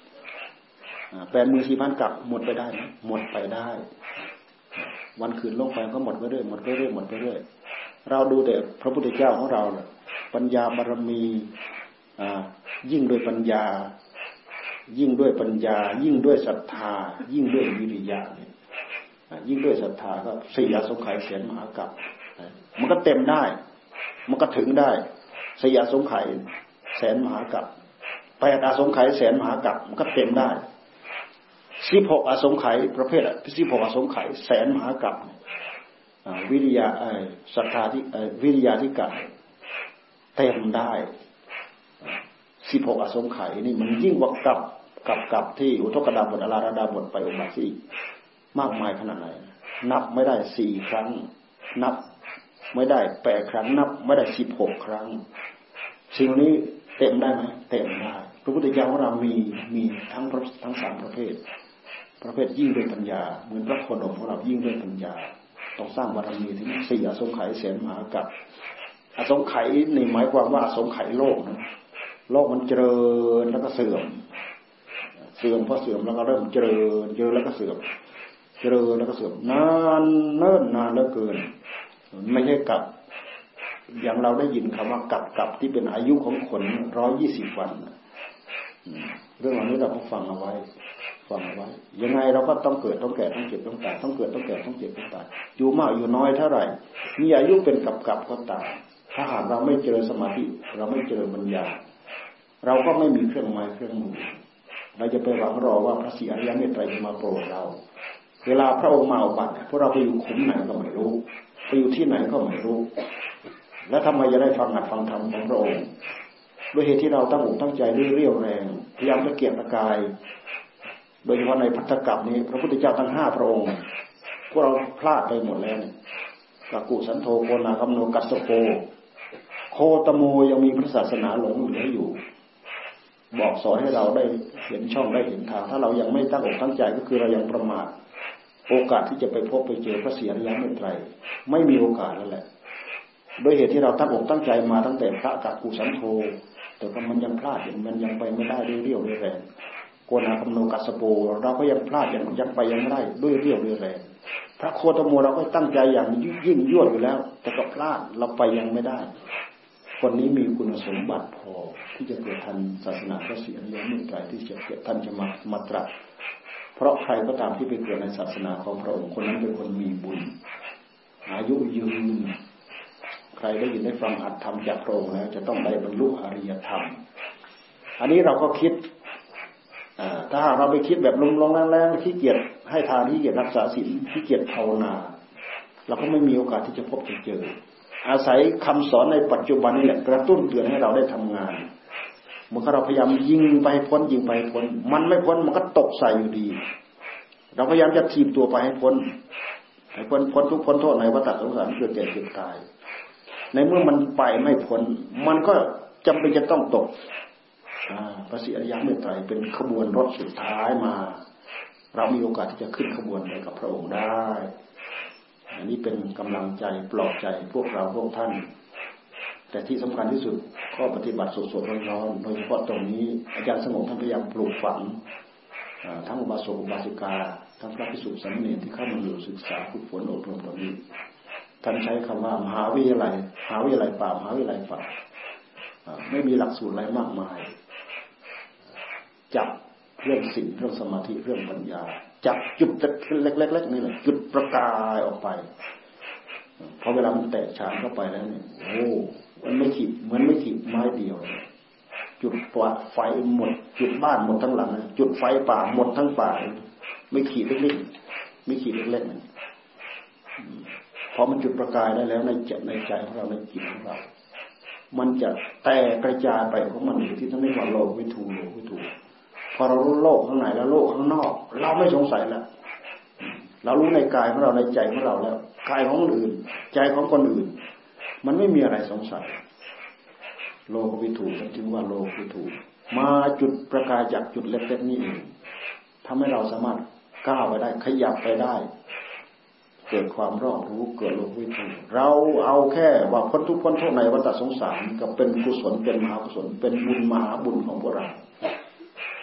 แปดหมื่นสี่พันกับหมดไปได้ไหมหมดไปได้วันคืนลงไปก็หมดไปเรื่อยหมดไปเรื่อยหมดไปเรื่อยเราดูแต่พระพุทธเจ้าของเราเนี่ยปัญญาบารมียิ่งด้วยปัญญายิ่งด้วยปัญญายิ่งด้วยศรัทธายิ่งด้วยวิริยะเนี่ยยิ่งด้วยศรัทธาก็สี่อสงไขยแสนมหากัปมันก็เต็มได้มันก็ถึงได้สี่อสงไขยแสนมหากัปแปดอสงไขยแสนมหากัปมันก็เต็มได้สิบหกอสงไขยประเภทสิบหกอสงไขยแสนมหากัปวิริยะศรัทธาที่วิริยะที่กัปเต็มได้สิบหกอสงไขยนี่มันยิ่งกว่ากับกับกับที่อุทกดาบทอลาระดาบทไปอุบัติสิมากมายขนาดไหนนับไม่ได้สี่ครั้งนับไม่ได้แปดครั้งนับไม่ได้สิบหกครั้งสิ่งนี้เต็มได้ไหมเต็มได้พระพุทธเจ้าของเรามีมีทั้งทั้งสามประเภทประเภทยิ่งด้วยปัญญาเหมือนพระโคดมของเรายิ่งด้วยปัญญาต้องสร้างบารมีถึงสี่อสงไขยแสนมหากัปอสงไขยนี่หมายความว่าอสงไขยโลกนะโลกมันเจริญแล้วก็เสื่อมเสื่อมพอเสื่อมแล้วก็เริ่มเจริญเจริญแล้วก็เสื่อมเจริญแล้วก็เสื่อมนานเนิ่นนานเหลือเกินไม่ใช่กับอย่างเราได้ยินคำว่ากับกับที่เป็นอายุของคนร้อยยี่สิบวันเรื่องเหล่านี้เราต้องฟังเอาไว้ฟังเอาไว้ยังไงเราก็ต้องเกิดต้องแก่ต้องเจ็บต้องตายต้องเกิดต้องแก่ต้องเจ็บต้องตายอยู่มากอยู่น้อยเท่าไหร่มีอายุเป็นกับกับก็ตามถ้าหากเราไม่เจริญสมาธิเราไม่เจริญปัญญาเราก็ไม่มีเครื่องไม้เครื่องมือเราจะไปหวังรอว่าพระศรีอริยเมตไตรจะมาโปรดเราเวลาพระองค์มาอุบัติพวกเราไปอยู่ขุมไหนก็ไม่รู้ไปอยู่ที่ไหนก็ไม่รู้แล้วทำไมจะได้ฟังอัดฟังธรรมของพระองค์ด้วยเหตุที่เราตั้งอกตั้งใจเรี่ยวแรงพยายามตะเกียกตะกายโดยเฉพาะในพัทธกัปนี้พระพุทธเจ้าทั้งห้าพระองค์พวกเราพลาดไปหมดแล้วเนี่ยกักุสันโธโกนาคัมโนกัสสโกโคตโมยังมีพระศาสนาหลงเหลืออยู่บอกสอนให้เราได้เห็นช่องได้เห็นทางถ้าเรายังไม่ตั้งอกตั้งใจก็คือเรายังประมาทโอกาสที่จะไปพบไปเจอพระศรีอริยเมตไตรไม่มีโอกาสแล้วแหละโดยเหตุที่เราตั้งอกตั้งใจมาตั้งแต่พระกักุสันโธแต่ก็มันยังพลาดมันยังไปไม่ได้ด้วยเรี่ยวด้วยแรงโกนาคัมโนกัสสโปเราก็ยังพลาดยังยังไปยังไม่ได้ด้วยเรี่ยวด้วยแรงพระโคตโมเราก็ตั้งใจอย่างยิ่งยวดอยู่แล้วแต่ก็พลาดเราไปยังไม่ได้คนนี้มีคุณสมบัติพอที่จะเกิดทันศาสนาพระศรีอริยเมตไตรที่จะเกิดทันจะมามาตรัสเพราะใครก็ตามที่ไปเกิดในศาสนาของพระองค์คนนั้นเป็นคนมีบุญอายุยืนใครได้ยินได้ฟังอัตธรรมจากพระองค์แล้วจะต้องได้บรรลุอริยธรรมอันนี้เราก็คิดถ้าเราไปคิดแบบลงๆแรงๆขี้เกียจให้ทานขี้เกียจรักษาศีลขี้เกียจภาวนาเราก็ไม่มีโอกาสที่จะพบจะเจออาศัยคำสอนในปัจจุบันนี่แหละกระตุ้นเตือนให้เราได้ทำงานเมื่อเราพยายามยิงไปพ้นยิงไปพ้นมันไม่พ้นมันก็ตกใส่อยู่ดีเราพยายามจะถีบตัวไปให้พ้นให้พ้นพ้นทุกพ้นโทษในวัฏสงสารเกิดแก่เจ็บตายในเมื่อมันไปไม่พ้นมันก็จำเป็นจะต้องตกพระศรีอริยเมตไตรเป็นขบวนรถสุดท้ายมาเรามีโอกาสที่จะขึ้นขบวนไปกับพระองค์ได้อันนี้เป็นกำลังใจปลอบใจพวกเราพวกท่านแต่ที่สำคัญที่สุดข้อปฏิบัติสดๆร้อนๆโดยเฉพาะตรงนี้อาจารย์สงบท่านพยายามปลูกฝังทั้งอุบาสกอุบาสิกาทั้งพระภิกษุสามเณรที่เข้ามาอยู่ศึกษาฝึกฝนอบรมตรงนี้ท่านใช้คำว่ามหาวิทยาลัยมหาวิทยาลัยป่ามหาวิทยาลัยฝ่าไม่มีหลักสูตรอะไรมากมายจับเรื่องศีลเรื่องสมาธิเรื่องปัญญาจับจุดเล็กๆนี่แหละจุดประกายออกไปพอเวลามันแตกฉานเข้าไปแล้วเนี่ยโอ้มันไม่ขีดเหมือนไม่ขีดไม้เดียวจุดปลัดไฟหมดจุดบ้านหมดทั้งหลังจุดไฟป่าหมดทั้งป่าไม่ขีดเล็กๆไม่ขีดเล็กๆนั่นพอมันจุดประกายได้แล้วในใจในใจของเราในจิตของเรามันจะแตกกระจายไปของมันที่ท่านเรียกว่าโลกวิถูโลกวิถูพอเรารู้โลกข้างในแล้วโลกข้างนอกเราไม่สงสัยแล้วเรารู้ในกายของเราในใจของเราแล้วกายของคนอื่นใจของคนอื่นมันไม่มีอะไรสงสัยโลกวิถูท่านจึงว่าโลกวิถูมาจุดประกายจากจุดเล็กๆนี่เองทำให้เราสามารถก้าวไปได้ขยับไปได้เกิดความรอบรู้เกิดโลกวิถูเราเอาแค่ว่าพ้นทุกข์พ้นโทษในวัฏสงสารกับเป็นกุศลเป็นมหากุศลเป็นบุญมหาบุญของพวกเรา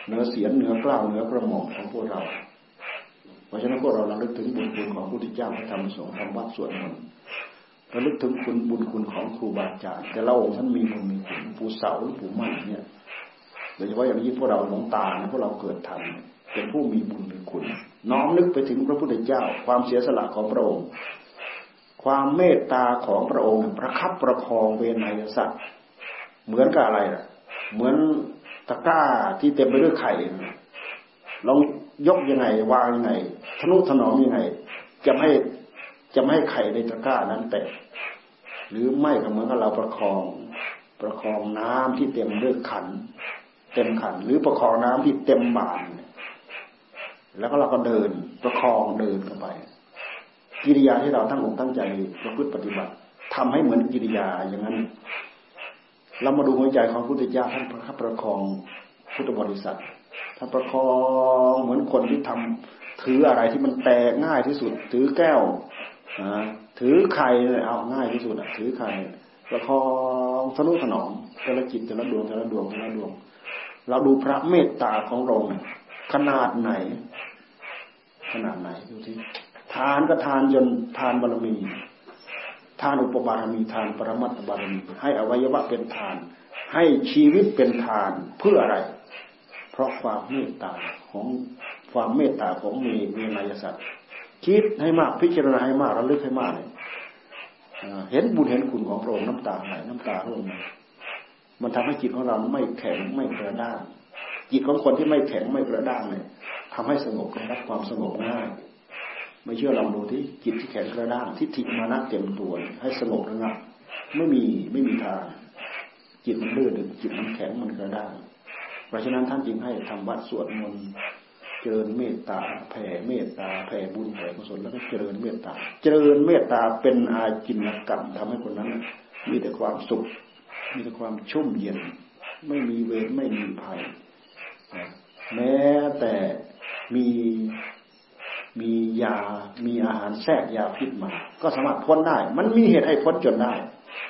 เหนือเสียงเหนือเกล้าเหนือกระหม่อมของพวกเราเพราะฉะนั้นพวกเราระลึกถึงบุญคุณของพระพุทธเจ้าพระธรรมพระสงฆ์ทำวัดสวดมนต์ระลึกถึงคุณบุญคุณของครูบาอาจารย์แต่ละองค์ท่านมีบุญมีคุณปู่เสาหรือปู่มั่นเนี่ยโดยเฉพาะอย่างยิ่งพวกเราหลวงตาพวกเราเกิดทันเป็นผู้มีบุญมีคุณน้อมนึกไปถึงพระพุทธเจ้าความเสียสละของพระองค์ความเมตตาของพระองค์ประคับประคองเวไนยสัตว์เหมือนกับอะไรล่ะเหมือนตะกร้าที่เต็มไปด้วยไข่ลองยกยังไงวางยังไงทนุถนอมยังไงจะไม่จะไม่ให้ไข่ในตะกร้านั้นแตกหรือไม่ก็เหมือนกับเราประคองประคองน้ำที่เต็มด้วยขันเต็มขันหรือประคองน้ำที่เต็มบาตรแล้วก็เราก็เดินประคองเดินเข้าไปกิริยาที่เราตั้งอกตั้งใจประพฤติปฏิบัติทำให้เหมือนกิริยาอย่างนั้นเรามาดูหัวใจของพระพุทธเจ้าท่านประคับประคองพุทธบริษัทท่านประคองเหมือนคนที่ทำถืออะไรที่มันแตกง่ายที่สุดถือแก้วถือไข่เอาง่ายที่สุดถือไข่ประคองทะนุถนอมแต่ละจิตแต่ละดวงแต่ละดวงแต่ละดวงเราดูพระเมตตาของพระองค์ขนาดไหนขนาดไหนดูที่ทานก็ทานจนทานบารมีทานอุปบารมีทานปรมัตถบารมีให้อวัยวะเป็นทานให้ชีวิตเป็นทานเพื่ออะไรเพราะความเมตตาของความเมตตาของมีเวไนยสัตว์คิดให้มากพิจารณาให้มากระลึกให้มากเนี่ยเห็นบุญเห็นคุณของพระองค์น้ำตาไหลน้ำตาร่วงมันทำให้จิตของเราไม่แข็งไม่กระด้างจิตของคนที่ไม่แข็งไม่กระด้างเนี่ยทำให้สงบรับความสงบง่ายไม่เชื่อลองดูที่จิตที่แข็งกระด้างทิฏฐิมานะเต็มตัวให้สงบระงับไม่มีไม่มีทางจิตมันลื่นจิตมันแข็งมันกระด้างเพราะฉะนั้นท่านจึงให้ทำวัดสวดมนต์เจริญเมตตาแผ่เมตตาแผ่บุญแผ่กุศลแล้วก็เจริญเมตตาเจริญเมตตาเป็นอาจินกรรมทำให้คนนั้นมีแต่ความสุขมีแต่ความชุ่มเย็นไม่มีเวรไม่มีภัยแม้แต่มีมียามีอาหารแทรกยาพิษมาก็สามารถพ้นได้มันมีเหตุให้พ้นจนได้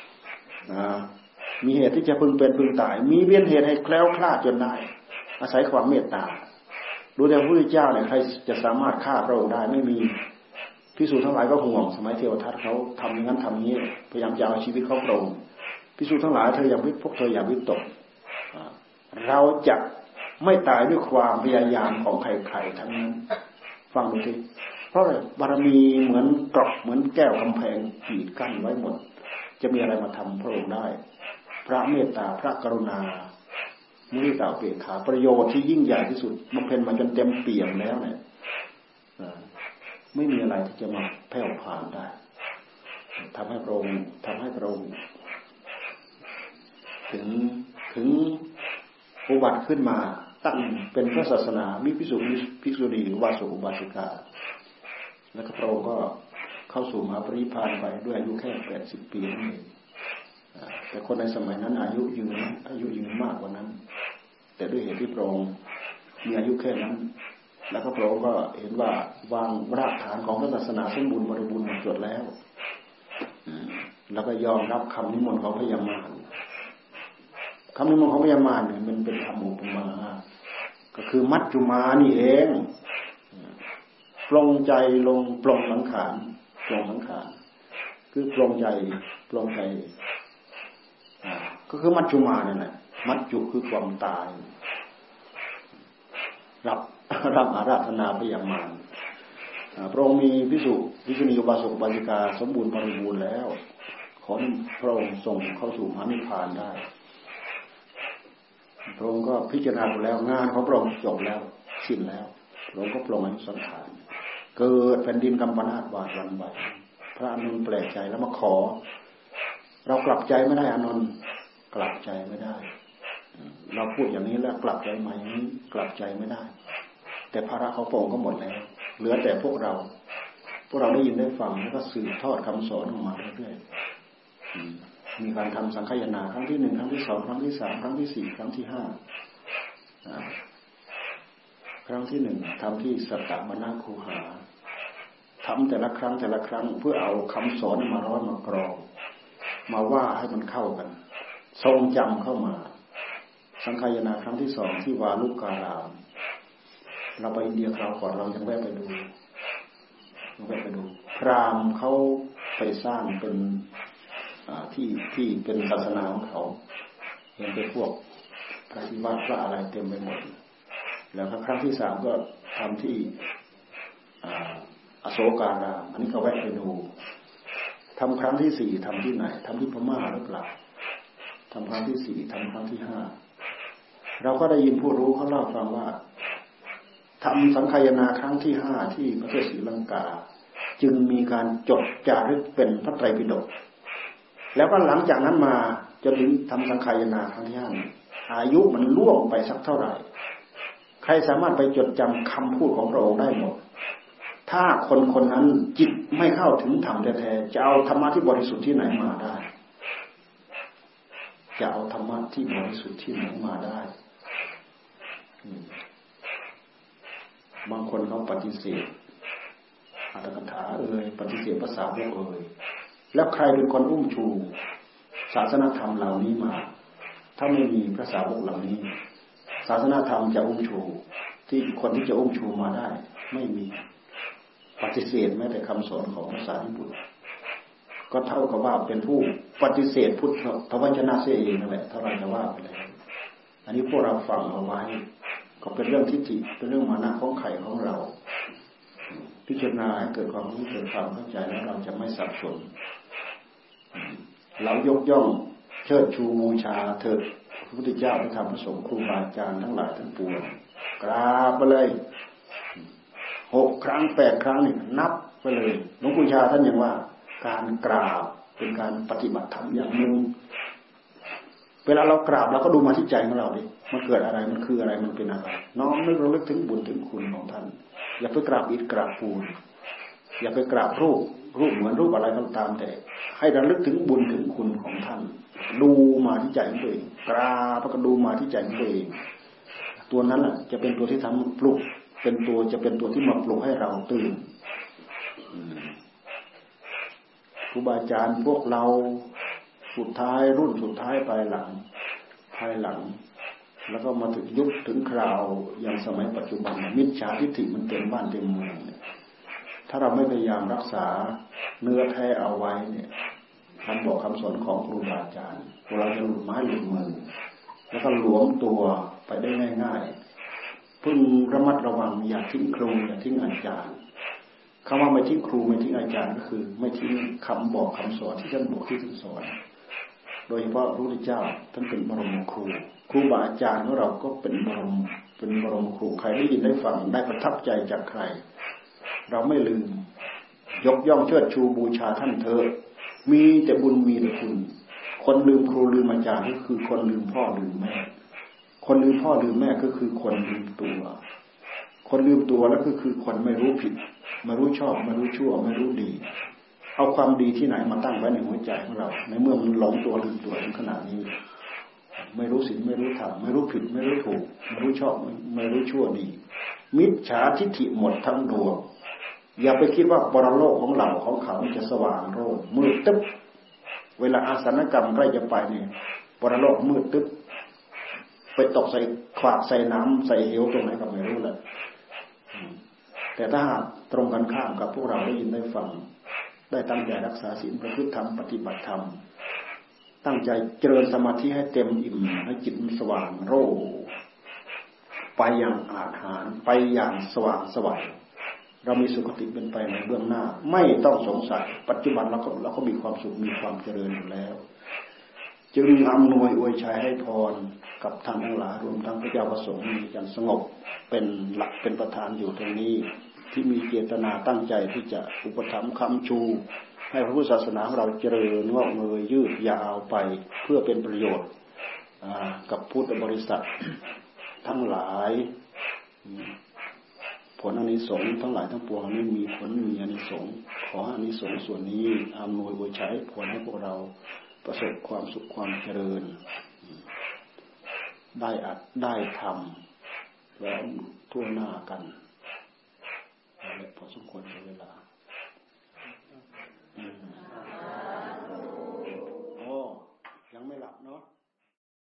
มีเหตุที่จะพึงเป็นพึงตายมีเวียนเหตุให้แคล้วคลาดจนได้อาศัยความเมตตาดูแต่พระพุทธเจ้าเนี่ยใครจะสามารถฆ่าพระองค์ได้ไม่มีภิกษุทั้งหลายก็ห่วงสมัยเทวทัตเขาทำอย่างนั้นทำนี้พยายามจะเอาชีวิตเขาพระองค์ภิกษุทั้งหลายเธออย่าวิตกพวกเธออย่าวิตกเราจะไม่ตายด้วยความพยายามของใครๆทั้งนั้นฟังดูทีเพราะบารมีเหมือนกรอบเหมือนแก้วกำแพงกีดกั้นไว้หมดจะมีอะไรมาทำพระองค์ได้พระเมตตาพระกรุณามุทิตาอุเบกขาประโยชน์ที่ยิ่งใหญ่ที่สุดบำเพ็ญมาจนเต็มเปี่ยมแล้วเนี่ยไม่มีอะไรที่จะมาแผ่วผ่านได้ทำให้พระองค์ทำให้พระองค์ถึงถึงอุบัติขึ้นมาตั้งเป็นพระศาสนามีภิกษุภิกษุณีอุบาสกอุบาสิกาแล้วก็พระองค์ก็เข้าสู่มหาปรินิพพานไปด้วยอายุแค่แปดสิบปีนั่นเองแต่คนในสมัยนั้นอายุยืนอายุยืนมากกว่านั้นแต่ด้วยเหตุที่พระองค์มีอายุแค่นั้นแล้วก็พระองค์ก็เห็นว่าวางรากฐานของพระศาสนาสมบูรณ์บริบูรณ์หมดจดแล้วแล้วก็ยอมรับคำนิมนต์ของพระยามารคำนิมนต์ของพระยามารเนี่ยมันเป็นคำอุปมาก็คือมัจจุมานี่เองปลงใจลงปลงสังขารปลงสังขารคือปลงใจปลงใจก็คือมัจจุมานั่นแหละมัจจุคือความตายรับรับอาราธนาพระยามารพระองค์มีภิกษุภิกษุณีอุบาสกอุบาสิกาสมบูรณ์บริบูรณ์แล้วขอพระองค์ส่งเข้าสู่พระนิพพานได้พระองค์ก็พิจารณาแล้วงานของพระองค์จบแล้วสิ้นแล้วพระองค์ก็ปลงอายุสังขารเกิดแผ่นดินกำปนาตหวาดหวั่นไหวพระอานนท์แปลกใจแล้วมาขอเรากลับใจไม่ได้อานนท์กลับใจไม่ได้เราพูดอย่างนี้แล้วกลับใจไหมนี้กลับใจไม่ได้แต่ภาระของพระองค์ก็หมดแล้วเหลือแต่พวกเราพวกเราได้ยินได้ฟังแล้วก็สืบทอดคำสอนออกมาเรื่อยๆมีการทำสังฆายนาครั้งที่หนึ่งครั้งที่สองครั้งที่สามครั้งที่สี่ครั้งที่ห้าครั้งที่หนึ่งทำที่สัตตมนาคูหาทำแต่ละครั้งแต่ละครั้งเพื่อเอาคำสอนมาร้อนมากรองมาว่าให้มันเข้ากันทรงจำเข้ามาสังฆายนาครั้งที่สองที่วาลุการามเราไปอินเดียคราวก่อนเรายังแวะไปดูยังแวะไปดูพราหมณ์เขาไปสร้างเป็นที่ที่เป็นศาสนาของเขาเห็นเป็นพวกพระศิวะพระอะไรเต็มไปหมดแล้วครั้งที่สามก็ทำที่อโศการามอันนี้ก็แวะไปดูทำครั้งที่สี่ทำที่ไหนทำที่พม่าหรือเปล่าทำครั้งที่สี่ทำครั้งที่ห้าเราก็ได้ยินผู้รู้เขาเล่าฟังว่าทำสังฆายนาครั้งที่ห้าที่ประเทศศรีลังกาจึงมีการจดจารึกเป็นพระไตรปิฎกแล้วก็หลังจากนั้นมาจนถึงทำสังฆายนาครั้งที่ห้าอายุมันล่วงไปสักเท่าไหร่ใครสามารถไปจดจำคำพูดของพระองค์ได้หมดถ้าคนคนนั้นจิตไม่เข้าถึงธรรมแท้ๆจะเอาธรรมะที่บริสุทธิ์ที่ไหนมาได้จะเอาธรรมะที่บริสุทธิ์ที่ไหนมาได้บางคนเขาปฏิเสธอัตถกถาเอ่ยปฏิเสธภาษาพวกเอ่ยแล้วใครเป็นคนอุ้มชูศาสนธรรมเหล่านี้มาถ้าไม่มีพระสาวกเหล่านี้ศาสนธรรมจะอุ้มชูที่คนที่จะอุ้มชูมาได้ไม่มีปฏิเสธแม้แต่คำสอนของพระสารีบุตรก็เท่ากับว่าเป็นผู้ปฏิเสธพุทธวจนะเสียเองนั่นแหละถ้าเราจะว่าไปแล้วอันนี้พวกเราฟังเอาไว้ก็เป็นเรื่องทิฏฐิเป็นเรื่องมานะของไข่ของเราพิจารณาให้เกิดความรู้เกิดความเข้าใจแล้วเราจะไม่สับสนเรายกย่องเชิดชูบูชาเถิดพระพุทธเจ้าพระธรรมพระสงฆ์ครูบาอาจารย์ทั้งหลายทั้งปวงกราบไปเลยหกครั้งแปดครั้งนี่นับไปเลยหลวงปู่ชาท่านยังว่าการกราบเป็นการปฏิบัติธรรมอย่างหนึ่งเวลาเรากราบเราก็ดูมาที่ใจของเราดิมันเกิดอะไรมันคืออะไรมันเป็นอะไรน้อมนึกระลึกถึงบุญถึงคุณของท่านอย่าไปกราบอิฐกราบปูนอย่าไปกราบรูปรูปเหมือนรูปอะไรก็ตามแต่ให้ระลึกถึงบุญถึงคุณของท่านดูมาที่ใจของตัวเองกราบแล้วก็ดูมาที่ใจของตัวเองตัวนั้นแหละจะเป็นตัวที่ทำปลุกเป็นตัวจะเป็นตัวที่มาปลุกให้เราตื่นครูบาอาจารย์พวกเราสุดท้ายรุ่นสุดท้ายภายหลังภายหลังแล้วก็มาถึงยุคถึงคราวอย่างสมัยปัจจุบันมิจฉาทิฏฐิมันเต็มบ้านเต็มเมืองถ้าเราไม่พยายามรักษาเนื้อแท้เอาไว้เนี่ยคำบอกคำสอนของครูบาอาจารย์เราจะหลุดไม้หลุดมือแล้วก็หลวมตัวไปได้ง่ายๆพึ่งระมัดระวังอย่าทิ้งครูอย่าทิ้งอาจารย์คำว่าไม่ทิ้งครูไม่ทิ้งอาจารย์ก็คือไม่ทิ้งคำบอกคำสอนที่ท่านบอกที่ท่านสอนโดยเฉพาะพระพุทธเจ้าท่านเป็นบรมครูครูบาอาจารย์ของเราก็เป็นบรมเป็นบรมครูใครได้ยินได้ฟังได้ประทับใจจากใครเราไม่ลืมยกย่องเชิดชูบูชาท่านเถอะมีแต่บุญมีแต่คุณคนลืมครูลืมอาจารย์ก็คือคนลืมพ่อลืมแม่คนลืมพ่อลืมแม่ก็คือคนลืมตัวคนลืมตัวแล้วก็คือคนไม่รู้ผิดไม่รู้ชอบไม่รู้ชั่วไม่รู้ดีเอาความดีที่ไหนมาตั้งไว้ในหัวใจของเราในเมื่อมันหลงตัวลืมตัวถึงขนาดนี้ไม่รู้ศีลไม่รู้ธรรมไม่รู้ผิดไม่รู้ถูกไม่รู้ชอบไม่รู้ชั่วดีมิจฉาทิฏฐิหมดทั้งดวงอย่าไปคิดว่าปรโลกของเราของเขาจะสว่างโรจน์มืดตึ๊บเวลาอาสนกรรมใกล้จะไปเนี่ยปรโลกมืดตึ๊บไปตกใส่ขวากใส่น้ำใส่เหวตรงไหนก็ไม่รู้แหละแต่ถ้าตรงกันข้ามกับพวกเราได้ยินได้ฟังได้ตั้งใจรักษาศีลประพฤติธรรมปฏิบัติธรรมตั้งใจเจริญสมาธิให้เต็มอิ่มให้จิตมันสว่างโรจน์ไปอย่างอาถรรพ์ไปอย่างสว่างสวัยเรามีสุขติเป็นไปในเบื้องหน้าไม่ต้องสงสัยปัจจุบันเราก็เราก็มีความสุขมีความเจริญอยู่แล้วจึงอำนวยอวยชัยให้พรกับท่านทั้งหลายรวมทั้งพระเจ้าประสงค์มีการสงบเป็นหลักเป็นประธานอยู่ตรงนี้ที่มีเจตนาตั้งใจที่จะอุปถัมภ์ค้ำชูให้พระพุทธศาสนาของเราเจริญงอกเงยยืดยาวไปเพื่อเป็นประโยชน์กับพุทธบริษัททั้งหลายผลอานิสงส์ทั้งหลายทั้งปวงนี้มีผลมีอานิสงส์ขออานิสงส์ส่วนนี้อำนวยอวยชัยผลให้พวกเราประสบความสุขความเจริญได้อัดได้ทำแล้วทั่วหน้ากันและพอสมควรเวลา